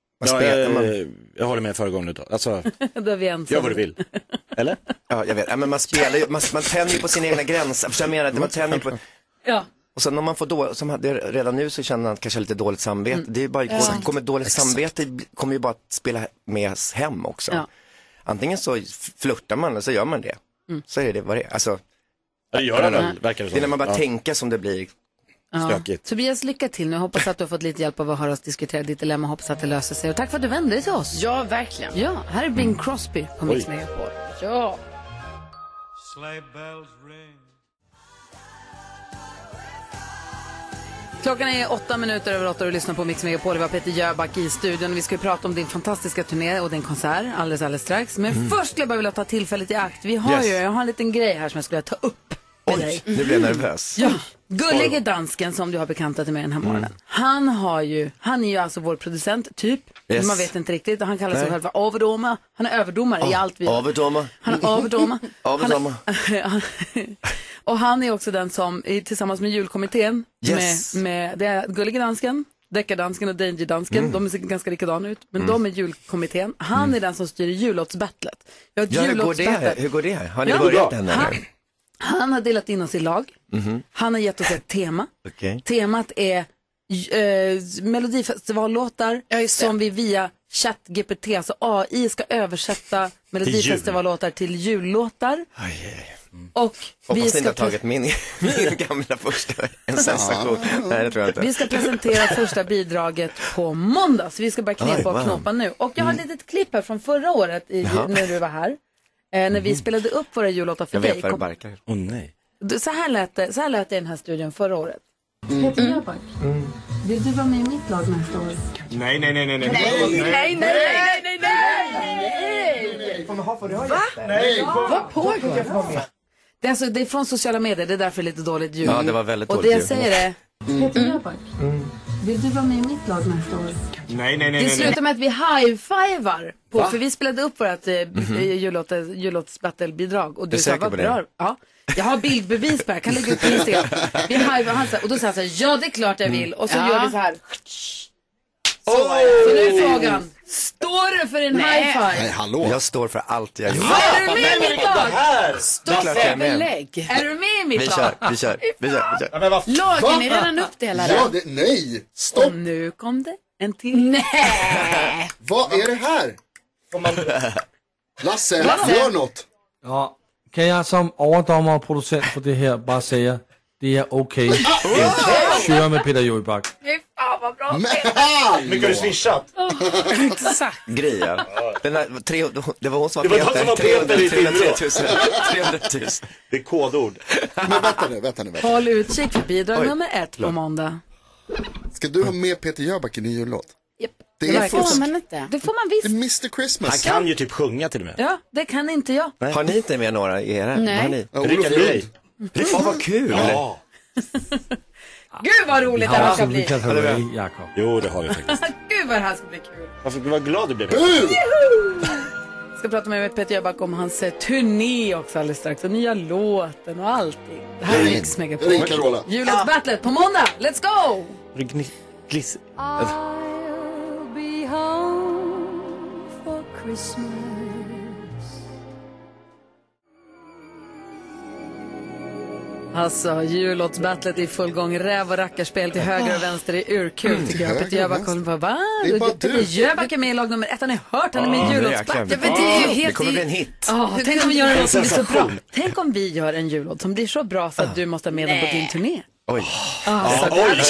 Jag håller med föregående då. Alltså, då är vi gör vad du vill. Eller? Ja, jag vet. Ja, men man spelar ju, man tänder ju på sina egna gränser. För jag menar att man tänder på... Ja. Och sen om man får som redan nu så känner man kanske lite dåligt samvete. Det är bara kommer dåligt samvete kommer ju bara att spela med hem också. Ja. Antingen så flörtar man eller så gör man det. Så är det vad det är. Alltså, det gör det verkar det så. Det är när man bara tänker som det blir. Ja. Tobias, lycka till nu. Hoppas att du har fått lite hjälp av att höra oss diskutera ditt dilemma. Hoppas att det löser sig. Och tack för att du vände dig till oss. Ja, verkligen. Ja, här är Bing Crosby på Mix Megapol. Ja. Klockan är 8:08 och lyssnar på Mix Megapol. Vi har Peter Jöback i studion. Vi ska prata om din fantastiska turné och din konsert alldeles strax. Men först skulle jag bara vilja ta tillfället i akt. Jag har en liten grej här som jag skulle ta upp. Oj, nu blir jag nervös. Ja, Gullige dansken som du har bekantat med den här morgonen. Han är ju alltså vår producent, typ. Yes. Man vet inte riktigt. Han kallar sig själv för överdomare. Han är överdomare i allt vi gör. Överdomare. Han är överdomare. Och han är också den som, tillsammans med julkommittén, med det är Gullige dansken, Deckardansken och Dangerdansken, de ser ganska likadana ut, men de är julkommittén. Han är den som styr jullåtsbattlet. Hur går det? Har ni börjat den eller? Han har delat in oss i lag. Han har gett oss ett tema. Temat är Melodifestivallåtar som vi via ChatGPT, alltså AI, ska översätta Melodifestivallåtar till jullåtar. Och vi ska inte ha tagit min gamla första, en sensation. Nej, det tror jag inte. Vi ska presentera första bidraget på måndag, så vi ska börja knepa och knoppa nu. Och jag har ett litet klipp här från förra året när du var här. När vi spelade upp våra jullåtar för dig. Jag vet vad det barkar. Nej. Så här lät det i den här studion förra året. Vill du vara med i mitt lag nästa år? Nej. Vad pågår? Det är från sociala medier, det är därför lite dåligt ljud. Ja, det var väldigt och dåligt det jag ljud. säger är, Peter Jöback, vill du vara med i mitt lag nästa år? Nej. Det slutar med att vi high-fivar på, för vi spelade upp vårt jullåtsbattle-bidrag och du sa, vad bra. Ja, jag har bildbevis på det, jag kan lägga upp på Instagram. Vi high-fivar, och då sa jag så här, ja det är klart jag vill. Och så gör vi så här. Så nu är frågan, står du för en high-five? Nej, hallå. Jag står för allt jag gjorde. Är du med i mitt lag? Stopp och belägg. Är du med i mitt lag? Vi kör. Lagen är redan uppdelade. Ja, nej, stopp. Och nu kom det en till. Nej. Vad är det här? Lasse, gör något. Ja, kan jag som överdomare och producent för det här bara säga, det är okej. Kör med Peter Jöback. Fan vad bra. Mycket har du swishat? Exakt. Greja. Det var hon som Det var de som var Peter i 300 000. Det är kodord. Men vänta nu. Håll utkik för bidrag nummer 1 på måndag. Ska du ha med Peter Jöback i ny jullåt? Japp. Det är får man inte. Det får man visst. Det är Mr. Christmas. Han kan ju typ sjunga till och med. Ja, det kan inte jag. Har ni inte med några i era? Nej. Har ni? Rickard Lund. Vad kul. Ja. Gud vad roligt det här ska bli. Rickard Herrey, Jakob. Jo, det har vi faktiskt. Gud vad det här ska bli kul. Varför var glad du blev? Ska prata med Peter Jöback om hans turné också alldeles strax. Och nya låten och allting. Det här är Mix Megapol. Jullåtsbattlet på måndag. Let's go! Gliss. I'll be home for Christmas. Alltså, jullåtsbattlet i full gång. Räv och rackarspel till höger och vänster är urkul tycker jag. Peter Jöback håller på, va? Peter Jöback är med i lag nummer 1. Har ni hört? Han är med i jullåtsbattlet. Det kommer bli en hit. Tänk om vi gör en låt som blir så bra. Tänk om vi gör en jullåt som blir så bra så att du måste ha med den på din turné. Oj. Alltså, det hade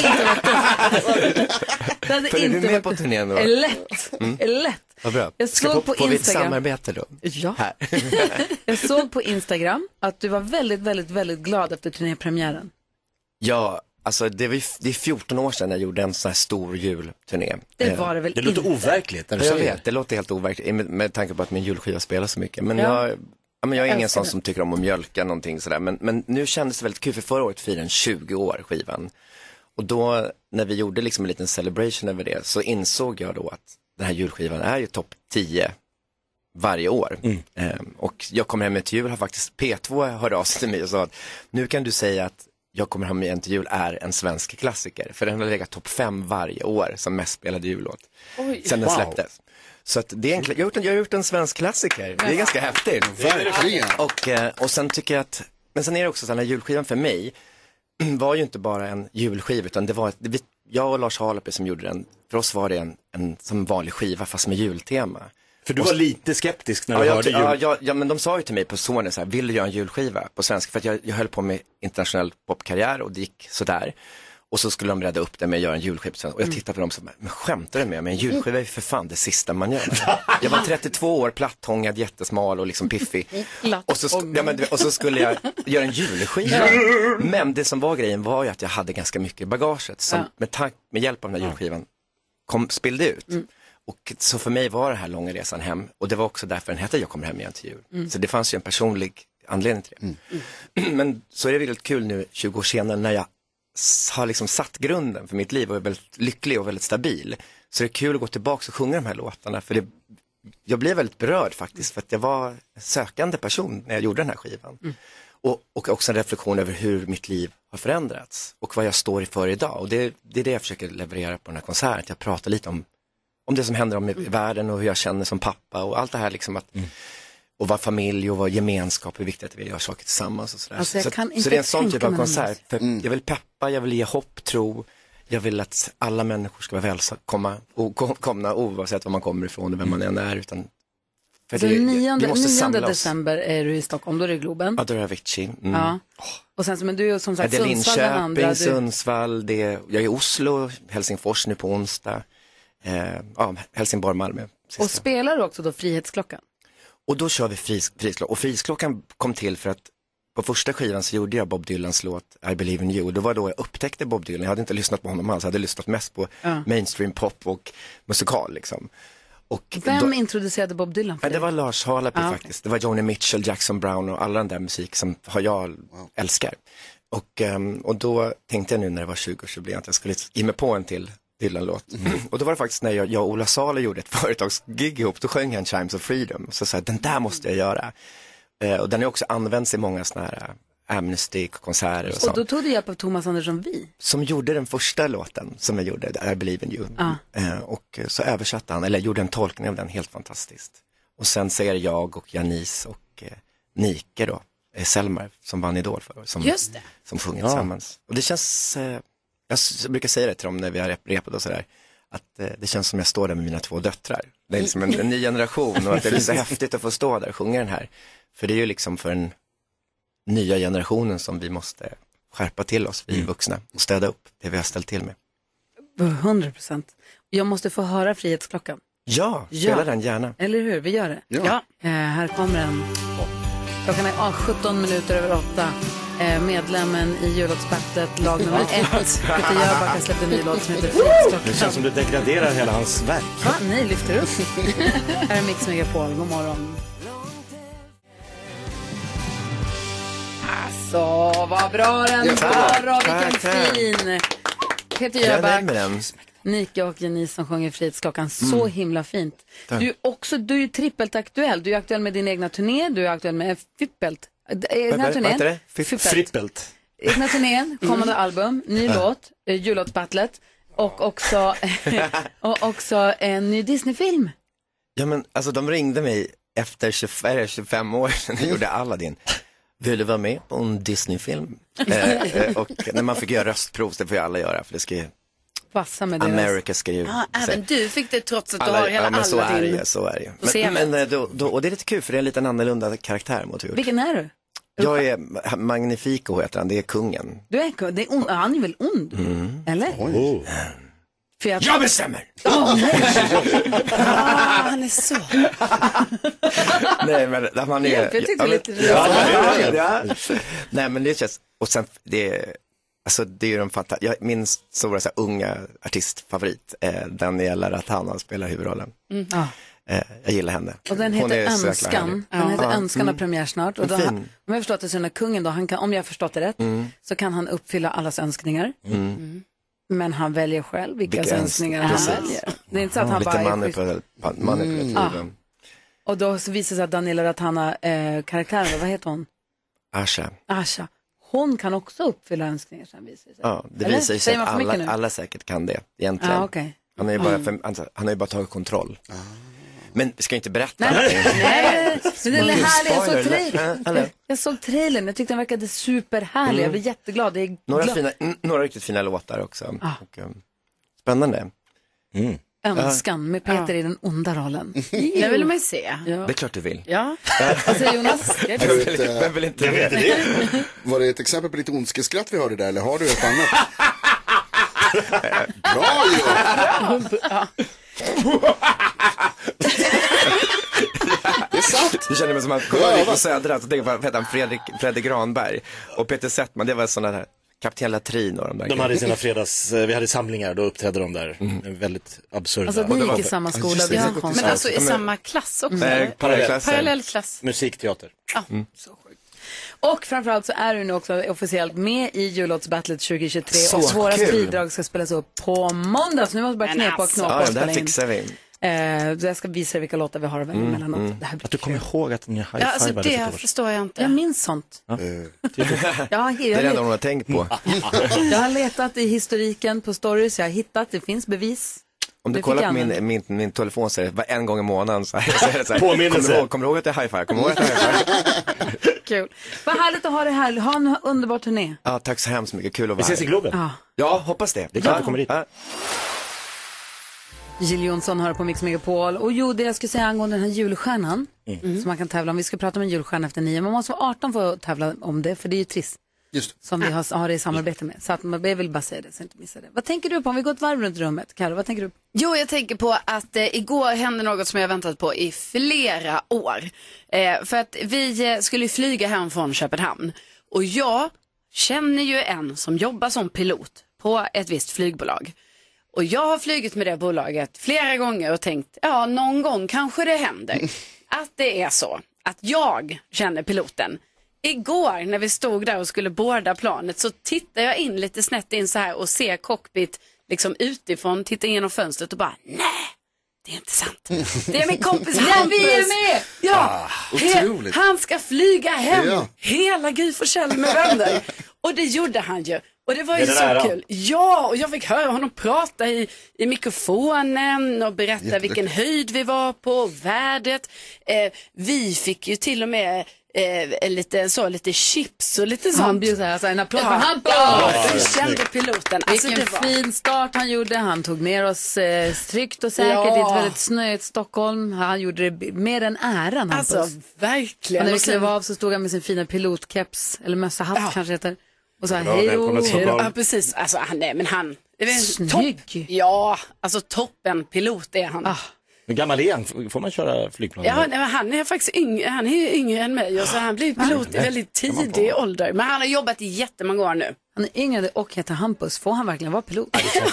inte med varit på turnén då? Lätt. Vad bra. Jag såg på får vi ett Instagram. samarbete då? Ja. Här. Jag såg på Instagram att du var väldigt, väldigt, väldigt glad efter turnépremiären. Ja, alltså det är 14 år sedan jag gjorde en sån här stor julturné. Det var det väl inte? Det låter overkligt när du Jag säger vet, det låter helt overkligt med tanke på att min julskiva spelar så mycket. Men Ja. jag är ingen sån som tycker om att mjölka någonting sådär. Men nu kändes det väldigt kul, för förra året firade en 20 år skivan. Och då när vi gjorde liksom en liten celebration över det, så insåg jag då att den här julskivan är ju topp 10 varje år. Och jag kommer hem med till jul, har faktiskt P2 hörde av sig till mig och sa att nu kan du säga att jag kommer hem med en till jul är en svensk klassiker. För den har legat topp 5 varje år som mest spelade jullåt. Sen den släpptes. Så att det är jag har gjort en svensk klassiker. Det är ganska häftigt. Verkligen. Och sen tycker jag att, men sen är det också så, den här julskivan för mig var ju inte bara en julskiva, utan det var jag och Lars Halape som gjorde den. För oss var det en som vanlig skiva fast med jultema. För du var lite skeptisk när du hörde jul. Ja, men de sa ju till mig på Sony så här, vill du göra en julskiva på svenska? För att jag höll på med internationell popkarriär och det gick sådär. Och så skulle de rädda upp det med att göra en julskiva. Och jag tittade på dem som, men skämtar du med? Men en julskiva är ju för fan det sista man gör. Jag var 32 år, plattångad, jättesmal och liksom piffig. Och så skulle jag göra en julskiva. Men det som var grejen var ju att jag hade ganska mycket bagaget som med hjälp av den här julskivan spillde ut. Och så för mig var det här långa resan hem. Och det var också därför den hette Jag kommer hem igen till jul. Så det fanns ju en personlig anledning till det. Men så är det väldigt kul nu 20 år senare när jag har liksom satt grunden för mitt liv och är väldigt lycklig och väldigt stabil. Så det är kul att gå tillbaka och sjunga de här låtarna. För jag blev väldigt berörd faktiskt, för att jag var en sökande person när jag gjorde den här skivan. Och också en reflektion över hur mitt liv har förändrats och vad jag står i för idag. Och det är det jag försöker leverera på den här konserten. Jag pratar lite om det som händer i världen och hur jag känner som pappa och allt det här liksom att och vad familj och vad gemenskap, hur viktigt att vi gör saker tillsammans och sådär. Alltså, så det är en sån typ av konsert. För jag vill peppa, jag vill ge hopp, tro. Jag vill att alla människor ska vara välkomna oavsett var man kommer ifrån och vem man än är. Utan för så det, 9 december är du i Stockholm, då är det Globen. Ja, då är jag Avicii. Ja. Och sen men du är som sagt det är Sundsvall den andra. Linköping, Sundsvall, jag är i Oslo, Helsingfors nu på onsdag. Helsingborg, Malmö. Och spelar du också då Frihetsklockan? Och då kör vi Frihetsklockan. Och Frihetsklockan kom till för att på första skivan så gjorde jag Bob Dylans låt I Believe in You. Det var då jag upptäckte Bob Dylan. Jag hade inte lyssnat på honom alls. Jag hade lyssnat mest på mainstream pop och musikal liksom. Och vem introducerade Bob Dylan för dig? Det var Lars Halaby faktiskt. Det var Joni Mitchell, Jackson Brown och alla den där musik som jag älskar. Och då tänkte jag nu när det var 20-årsjubileum att jag skulle ge mig på en till Dylan-låt. Och då var det faktiskt när jag och Ola Salo gjorde ett företagsgig ihop, då sjöng han Chimes of Freedom. Så sa jag, den där måste jag göra. Och den är också används i många såna här Amnesty-konserter och sånt. Och då tog du hjälp av Thomas Andersson Vi. Som gjorde den första låten som jag gjorde, I Believe in You. Och så översatte han, eller gjorde en tolkning av den helt fantastiskt. Och sen ser jag och Janice och Nike då, Selmar som vann Idol för som sjunger tillsammans. Och det känns, jag brukar säga det till dem när vi har repat och sådär, att det känns som jag står där med mina 2 döttrar. Det är liksom en ny generation och att det är så häftigt att få stå där och sjunga den här. För det är ju liksom för den nya generationen som vi måste skärpa till oss, vi vuxna, och städa upp det vi har ställt till med. 100%. Jag måste få höra Frihetsklockan. Ja, spela den gärna. Eller hur, vi gör det. Ja. Här kommer den. Klockan är 17 minuter över 8. Medlemmen i jullåtsbattlet, lag nummer 1. Peter Jöback har släppt en ny låt som heter Frihetsklockan. Det känns som du degraderar hela hans verk. Va? Nej, lyfter upp. Här är Mix Megapol, god morgon. Alltså, vad bra den var, vilken fin. Peter Jöback, Nike och Janice som sjunger Frihetsklockan, så himla fint. Du är ju trippelt aktuell. Du är aktuell med din egna turné, du är aktuell med Fippelt. Egna turnén. Frippelt. Egna turnén, kommande album, ny låt, jullåtsbattlet och också en ny Disney-film. Ja, men alltså de ringde mig efter 25 år sedan jag gjorde Aladdin. Vill du vara med på en Disney-film? Och när man fick göra röstprov, det får ju alla göra, för det ska ju passa med det. America ska ju... även du fick det trots att du har hela alla så är det, så är det. Men då, och det är lite kul för det är en lite annorlunda karaktär mot hur. Vilken är du? Jag är Magnifico heter han, det är kungen. Du är kung, han är väl ond? Eller? För jag bestämmer! Han är så... Nej, men han är... Jag tyckte lite Nej, men det känns... Och sen, det är ju min stora så här, unga artistfavorit, Daniela Ratana spelar huvudrollen. Jag gillar henne. Och den heter Önskan. Den heter Önskan, har premiär snart. Och då, om jag förstått det så är kungen då, om jag har förstått det rätt, så kan han uppfylla allas önskningar. Men han väljer själv vilka önskningar han väljer. Det är inte så att han bara manipulativ. Och då så visar det sig att Daniela Ratana, karaktären, vad heter hon? Asha. Hon kan också uppfylla önskningar sen visar det sig. Ja, det visar sig att alla säkert kan det egentligen. Okay. Han har ju bara tagit kontroll. Men vi ska inte berätta. Nej, men den är härlig. Jag såg trailern. Jag tyckte den verkade superhärlig. Jag blev jätteglad. Några riktigt fina låtar också. Och, spännande. Önskan med Peter i den onda rollen. Det vill man ju se. Det är klart du vill. Ja. Vad säger Jonas? Vem vill inte det? Var det ett exempel på lite ondskeskratt vi hörde där, eller har du ett annat? Bra ju! Det är sant. Du känner mig som att komma dit på Södra, så tänker jag på att Fredrik Granberg och Peter Settman, det var sådana här Kapten Latrin och de där. De hade sina vi hade samlingar, då uppträdde de där. Väldigt absurda. Alltså ni gick i samma skola. Men alltså i samma klass också? Parallellklass. Musikteater. Så sjukt. Och framförallt så är du nu också officiellt med i jullåtsbattlet 2023. Så och våra bidrag ska spelas upp på måndag. Så nu måste bara knepa och knåpa och spela in. Fixar vi. Jag ska visa vilka låtar vi har att välja mellanåt. Att du kommer ihåg att ni high-fivade alltså det förstår jag inte. Jag minns sånt. Det är det enda hon har tänkt på. Jag har letat i historiken på stories. Jag har hittat, det finns bevis. Om du kollar på min telefon så är det en gång i månaden så är det så här, kommer du ihåg att jag high-five? Kul. Vad härligt att ha det här. Ha en underbar turné. Ja, tack så hemskt mycket. Kul att vara här. Vi ses i Globen. Ja, hoppas det. Det är klart att du kommer dit. Jill Johnson hör på Mix Megapol. Och det jag skulle säga angående den här julstjärnan som man kan tävla om. Vi ska prata om en julstjärna efter 9. Man måste vara 18 för att tävla om det, för det är ju trist. som vi har i samarbete med. Så att jag vill bara säga det så inte missa det. Vad tänker du på om vi går ett varv runt rummet? Karo, vad tänker du på? Jo, jag tänker på att igår hände något som jag väntat på i flera år. För att vi skulle flyga hem från Köpenhamn. Och jag känner ju en som jobbar som pilot på ett visst flygbolag. Och jag har flugit med det bolaget flera gånger och tänkt, ja, någon gång kanske det händer. Att det är så att jag känner piloten. Igår när vi stod där och skulle boarda planet så tittade jag in lite snett in så här och ser cockpit liksom utifrån, tittar genom fönstret och bara, nej, det är inte sant. Det är min kompis Hampus. Vi är med! Ja, han ska flyga hem hela Gry Forssell med vänner. Och det gjorde han ju. Och det var ju så kul. Ja, och jag fick höra honom prata i mikrofonen och berätta vilken höjd vi var på, vädret. Vi fick ju till och med lite chips och lite sånt. Han bjöd så här, alltså en applåd för Hampus. Du kände piloten. Alltså, vilken fin start han gjorde. Han tog ner oss tryggt och säkert i ett väldigt snöigt Stockholm. Han gjorde det med den äran, Hampus. Alltså, verkligen. Och när vi klev av så stod han med sin fina pilotkeps, eller mössa-hatt kanske heter. Och så här, hej då. Ja, precis. Alltså, han är snygg. Ja, alltså toppen pilot är han. Hur gammal är han? Får man köra flygplan? Ja, nej, han är faktiskt yngre än mig. Och så han blev pilot i väldigt tidig ålder. Men han har jobbat i jättemånga år nu. Han är yngre och heter Hampus. Får han verkligen vara pilot?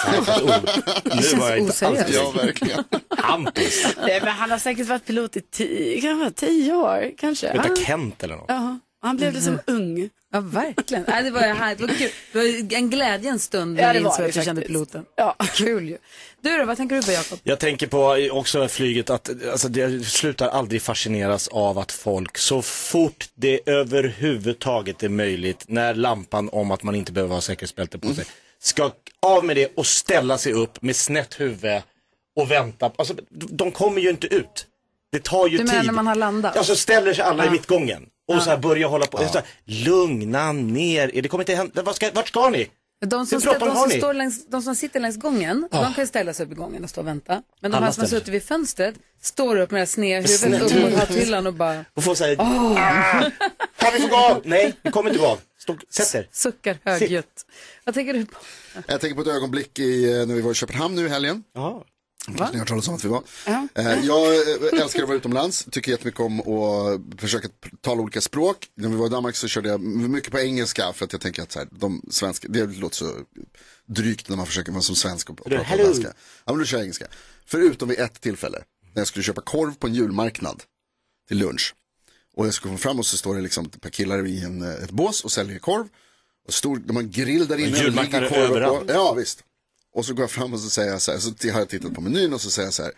Det känns oseriöst. Ja, verkligen. Hampus. Nej, men han har säkert varit pilot i 10 år, kanske. Vet du, Kent eller något? Ja, han blev liksom ung. Ja, verkligen. Nej, det var kul. Det var en glädjens stund när vi insåg att jag kände piloten. Ja. Kul ju. Du då, vad tänker du på, Jakob? Jag tänker på också flyget att alltså, det slutar aldrig fascineras av att folk så fort det överhuvudtaget är möjligt, när lampan om att man inte behöver ha säkerhetsbälte på sig, ska av med det och ställa sig upp med snett huvud och vänta. Alltså, de kommer ju inte ut. Det tar ju tid. Du menar när man har landat? Alltså ställer sig alla i mittgången och så här börjar hålla på. Så här, lugna ner. Det kommer inte hända. Vart ska ni? De som sitter längs gången, de kan ställa sig upp i gången och stå och vänta. Men de här som har suttit vid fönstret står upp med det sneda huvudet upp mot hatthyllan och bara... Och får säga, kan vi få gå av? Nej, vi kommer inte gå av. Sätt er. Suckar högljutt. Vad tänker du på? Jag tänker på ett ögonblick när vi var i Köpenhamn nu i helgen. Ni har talat om att vi var. Jag älskar att vara utomlands. Tycker jättemycket om att försöka tala olika språk. När vi var i Danmark så körde jag mycket på engelska. För att jag tänker att så här, de svenska, det låter så drygt när man försöker vara som svensk och prata svenska. Ja, men du kör engelska. Förutom vid ett tillfälle. När jag skulle köpa korv på en julmarknad till lunch. Och jag skulle komma fram och så står det liksom ett par killar i ett bås och säljer korv. Och de har grill där inne. Julmarknader överallt. Ja, visst. Och så går jag fram och så säger jag så här, så har jag tittat på menyn och så säger jag så här,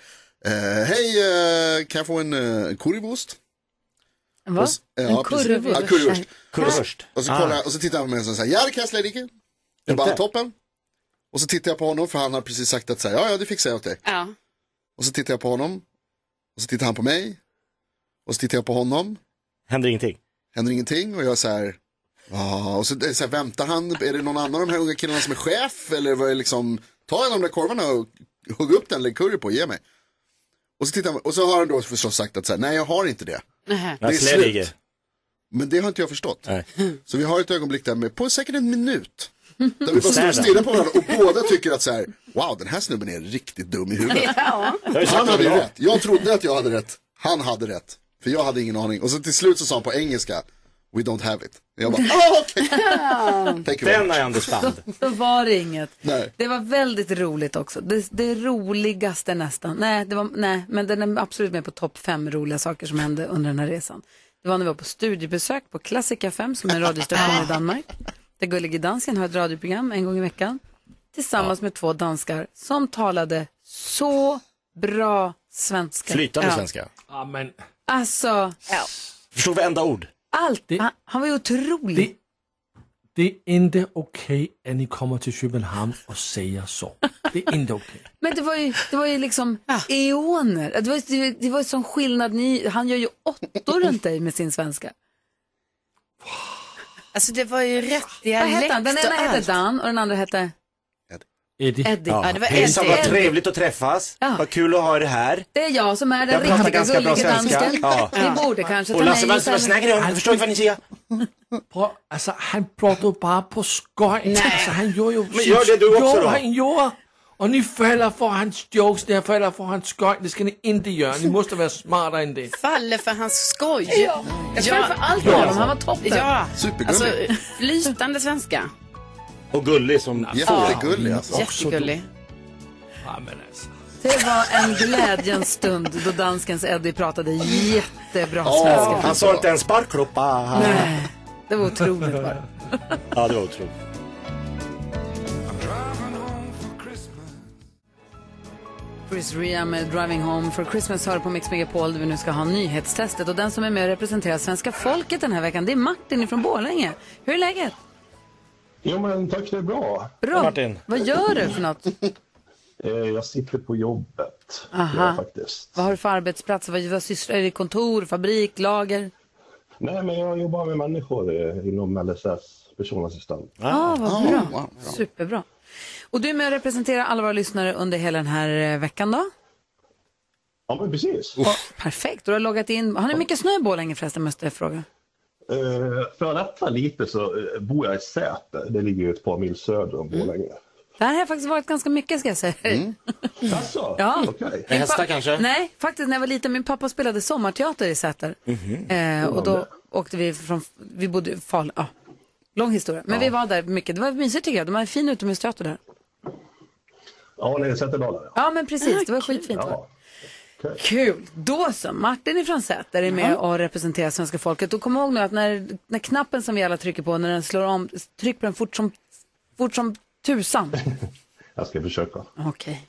hej, kan jag få en currywurst? Va? Ja, currywurst. Ja, currywurst. Och så kollar jag, och så tittar jag på mig och säger, ja det kan jag släda inte. Jag bara, toppen. Och så tittar jag på honom, för han har precis sagt att så här, ja det fixar jag åt dig. Ja. Och så tittar jag på honom, och så tittar han på mig, och så tittar jag på honom. Händer ingenting, och jag så här... Ja, och så här, väntar han, är det någon annan av de här unga killarna som är chef, eller vad är liksom, ta en av de där korvarna och hugg upp den, lägg curry på, ge mig. Och så tittar han, och så har han då förstås sagt att så här, nej jag har inte det. Det är slut. Men det har inte jag förstått. Nej. Så vi har ett ögonblick där med, på säkert en minut, där vi bara står och stirrar på varandra och båda tycker att så här, wow, den här snubben är riktigt dum i huvudet. Han hade rätt, jag trodde att jag hade rätt, han hade rätt, för jag hade ingen aning. Och så till slut så sa han på engelska, we don't have it. Jag bara, okej. Den är understand. Då var det inget. Nej. Det var väldigt roligt också. Det roligaste nästan. Nej, men den är absolut med på topp 5 roliga saker som hände under den här resan. Det var när vi var på studiebesök på Klassika 5 som är en radiostation i Danmark. Där Gullige Dansken har ett radioprogram en gång i veckan. Tillsammans med 2 danskar som talade så bra svenska. Flytande svenska. Amen. Alltså, förstod varenda ord. Allt. Han var ju otrolig. Det är inte okej att ni kommer till Köpenhamn och säger så. Det är inte okej. Men det var ju liksom eoner. Det var ju sån skillnad. Han gör ju 8 runt dig med sin svenska. Alltså det var ju rätt dialekt. Den ena hette Dan och den andra hette... Eddie. Ja, det var Hejsan, Eddie. vad trevligt att träffas. Ja. Vad kul att ha er här. Det är jag som är den Jag pratar riktiga ganska bra gulliga svenska. dansken. Ja. Vi borde kanske Och ta Lasse, mig vad snackar ni om? Jag förstår inte vad ni säger. Alltså, han pratade bara på skoj. Alltså, han gjorde ju... Men gör det du också då. Han gjorde. Och ni faller för hans jokes, ni faller för hans skoj. Det ska ni inte göra. Ni måste vara smartare än det. Faller för hans skoj. Ja. Jag faller för allt med honom. Han var toppen. Ja, Supergullig. alltså flytande svenska. Och gullig som Jättegullig alltså. Jättegullig. Ja, men alltså. Det var en glädjens stund då danskens Eddie pratade jättebra svenska. Han sa inte en sparkloppa. Nej, det var otroligt bara. Ja, det var otroligt. Chris Ria med Driving Home for Christmas hör på Mix Megapol där vi nu ska ha nyhetstestet. Och den som är med och representerar svenska folket den här veckan, det är Martin från Borlänge. Hur är läget? Jo men tack, det är bra. Bra. Martin. Vad gör du för något? Jag sitter på jobbet. Aha. Ja, faktiskt. Vad har du för arbetsplats? Vad sysslar du i? Kontor, fabrik, lager? Nej, men jag jobbar med människor inom LSS, personassistent. Vad bra. Superbra. Och du är med och representerar alla våra lyssnare under hela den här veckan då? Ja, men precis. Perfekt. Du har loggat in. Har ni mycket snö i Borlänge förresten, måste jag fråga? För att rätta lite så bor jag i Säter. Det ligger ju ett par mil söder om Borlänge. Det här har faktiskt varit ganska mycket, ska jag säga. Alltså, Ja. okej. En hästar kanske? Nej, faktiskt när jag var liten, min pappa spelade sommarteater i Säter. Och då åkte vi vi bodde i Fal, lång historia. Men vi var där mycket, det var mysigt tycker jag. De hade en fin utomhusteater där. Ja, nere i Säterdalen. Ja, men precis, det var skitfint. Ja. Kul. Då så, Martin ifrån Säter är med och representerar svenska folket. Och kom ihåg nu att när knappen som vi alla trycker på, när den slår om, tryck på den fort som tusan. Jag ska försöka. Okej.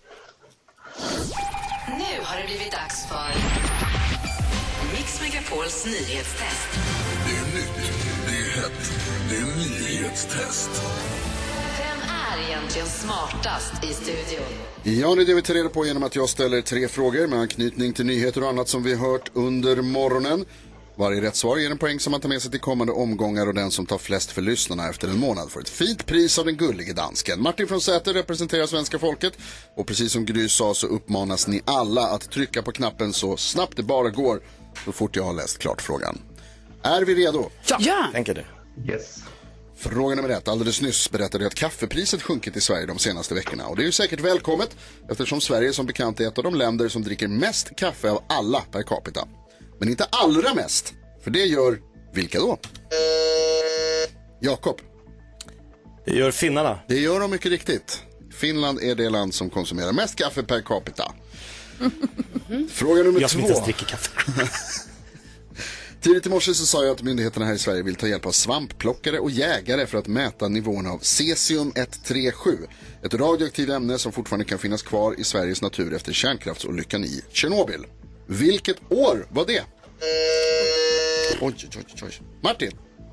Nu har det blivit dags för Mix Megapols nyhetstest. Det är nytt, det är hett, det är nyhetstest. Vem är egentligen smartast i studion? Ja, det vi tar reda på genom att jag ställer 3 frågor med anknytning till nyheter och annat som vi hört under morgonen. Varje rätt svar ger en poäng som man tar med sig till kommande omgångar och den som tar flest för lyssnarna efter en månad får ett fint pris av den gullige dansken. Martin från Säter representerar svenska folket och precis som Gry sa så uppmanas ni alla att trycka på knappen så snabbt det bara går så fort jag har läst klart frågan. Är vi redo? Ja. Tänker det. Yes. Fråga nummer 1. Alldeles nyss berättade jag att kaffepriset sjunkit i Sverige de senaste veckorna. Och det är ju säkert välkommet eftersom Sverige som bekant är ett av de länder som dricker mest kaffe av alla per capita. Men inte allra mest. För det gör vilka då? Jakob. Det gör finnarna. Det gör de mycket riktigt. Finland är det land som konsumerar mest kaffe per capita. Fråga nummer 2. Jag som inte ens dricker kaffe. Tidigt i morse så sa jag att myndigheterna här i Sverige vill ta hjälp av svampplockare och jägare för att mäta nivån av cesium-137. Ett radioaktivt ämne som fortfarande kan finnas kvar i Sveriges natur efter kärnkraftsolyckan i Tjernobyl. Vilket år var det? Oj. Martin.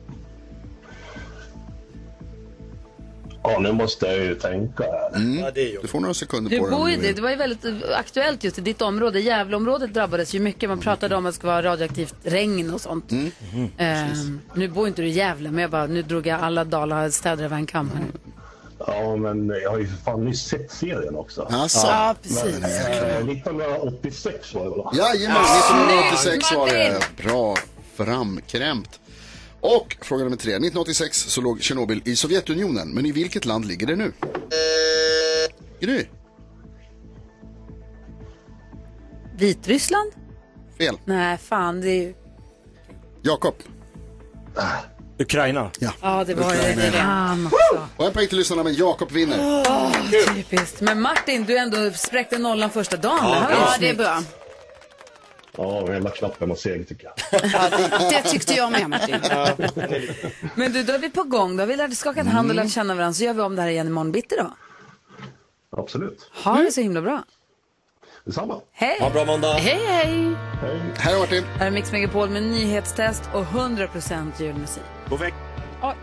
Ja, nu måste jag ju tänka här. Ja, det är Du får några sekunder Du på bor ju dig. det var ju väldigt aktuellt just i ditt område. Gävleområdet drabbades ju mycket. Man pratade om att det skulle vara radioaktivt regn och sånt. Nu bor inte du i Gävle, men nu drog jag alla Dalastäder över en kam här. Ja, men jag har ju för fan nyss sett serien också. Alltså. Ja, precis. 1986 var det väl? Jajamän, 1986 var det. Bra framkrämt. Och fråga nummer 3. 1986 så låg Tjernobyl i Sovjetunionen. Men i vilket land ligger det nu? Gry. Vitryssland? Fel. Nej, fan, det är ju... Jakob. Ukraina. Ja, det var det. Och en poäng till lyssnarna, men Jakob vinner. Typiskt. Men Martin, du ändå spräckte nollan första dagen. Ja, det är bra. Ja, hela knappen var seg tycker jag. Ja, det tyckte jag med, Martin. Men du, då är vi på gång. Då har vi skakat hand och lärt känna varandra. Så gör vi om det här igen imorgon bitti då. Absolut. Ha det så himla bra. Detsamma. Hej. Ha bra måndag. Hej. Hej Martin. Här är Mix Megapol med nyhetstest och 100% julmusik. God vecka. Oj.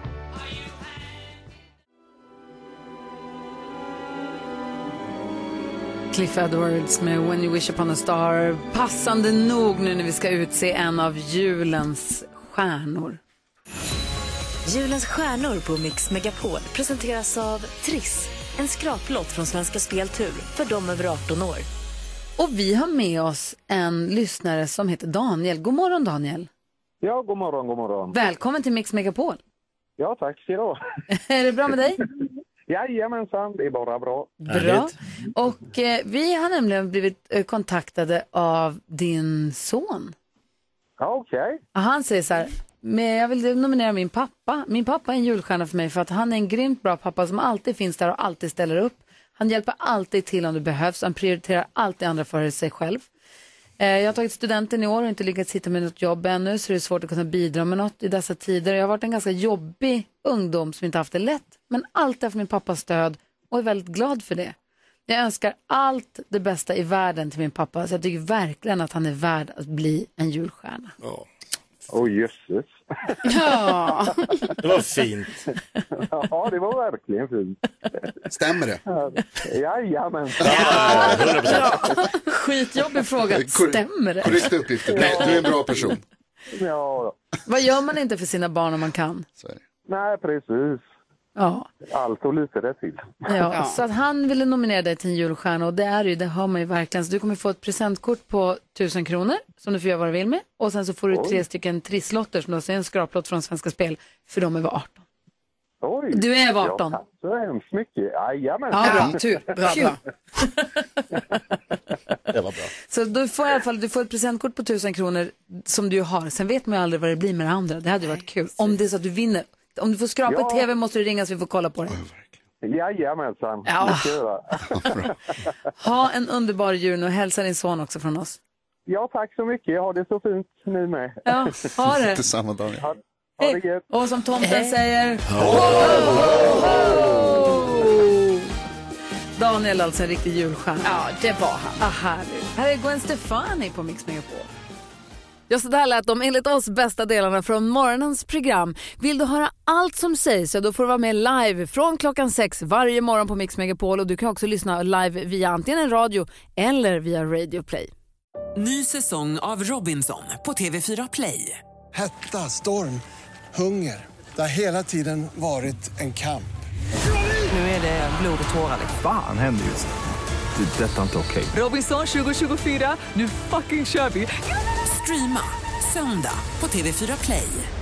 Cliff Edwards med When You Wish Upon a Star. Passande nog nu när vi ska utse en av julens stjärnor. Julens stjärnor på Mix Megapol presenteras av Triss. En skraplott från Svenska Speltur för de över 18 år. Och vi har med oss en lyssnare som heter Daniel. God morgon, Daniel. Ja, god morgon, god morgon. Välkommen till Mix Megapol. Ja, tack. Då. Är det bra med dig? Jajamensan, det är bara bra. Bra. Och vi har nämligen blivit kontaktade av din son. Ja, okej. Han säger så här, men jag vill nominera min pappa. Min pappa är en julstjärna för mig för att han är en grymt bra pappa som alltid finns där och alltid ställer upp. Han hjälper alltid till om det behövs. Han prioriterar alltid andra före sig själv. Jag har tagit studenten i år och inte lyckats hitta med något jobb ännu, så det är svårt att kunna bidra med något i dessa tider. Jag har varit en ganska jobbig ungdom som inte haft det lätt, men alltid haft min pappas stöd och är väldigt glad för det. Jag önskar allt det bästa i världen till min pappa, så jag tycker verkligen att han är värd att bli en julstjärna. Jösses. Ja. Det var fint. Ja, det var verkligen fint. Stämmer det? Jajamän. 100%. Skitjobbig fråga. Stämmer det? Korrekt uppgifter. Du är en bra person. Ja. Vad gör man inte för sina barn om man kan? Nej, precis. Ja. Allt och lite det till. Ja, så att han ville nominera dig till en julstjärna och det är ju, det hör man ju verkligen. Så du kommer få ett presentkort på 1000 kronor som du får göra vad du vill med. Och sen så får du 3 stycken trisslotter som då är en skraplott från Svenska Spel för de är över 18. Oj. Du är över 18. Ja, tack så hemskt mycket. Jajamän. Ja, bra. Tur. Bra. Det var bra. Så du får i alla fall du får ett presentkort på 1000 kronor som du har. Sen vet man ju aldrig vad det blir med det andra. Det hade ju varit kul. Om det är så att du vinner. Om du får skrapa i tv måste du ringa så vi får kolla på det. Jajamensan. Ja. Ha en underbar jul och hälsa din son också från oss. Ja, tack så mycket. Jag har det så fint nu med. Ja, ha det. Detsamma, Daniel. Ha det gött. Och som tomten säger... Daniel alltså en riktig julstjärna. Ja, det var han. Härligt. Här är Gwen Stefani på Mix Megapol. Ja, så där lät de enligt oss bästa delarna från morgonens program. Vill du höra allt som sägs så då får du vara med live från 6:00 varje morgon på Mix Megapol. Och du kan också lyssna live via antingen en radio eller via Radio Play. Ny säsong av Robinson på TV4 Play. Hetta, storm, hunger. Det har hela tiden varit en kamp. Nu är det blod och tårar. Fan händer just det. Det är detta inte okej. Robinson 2024, nu fucking kör vi. Streama söndag på TV4 Play.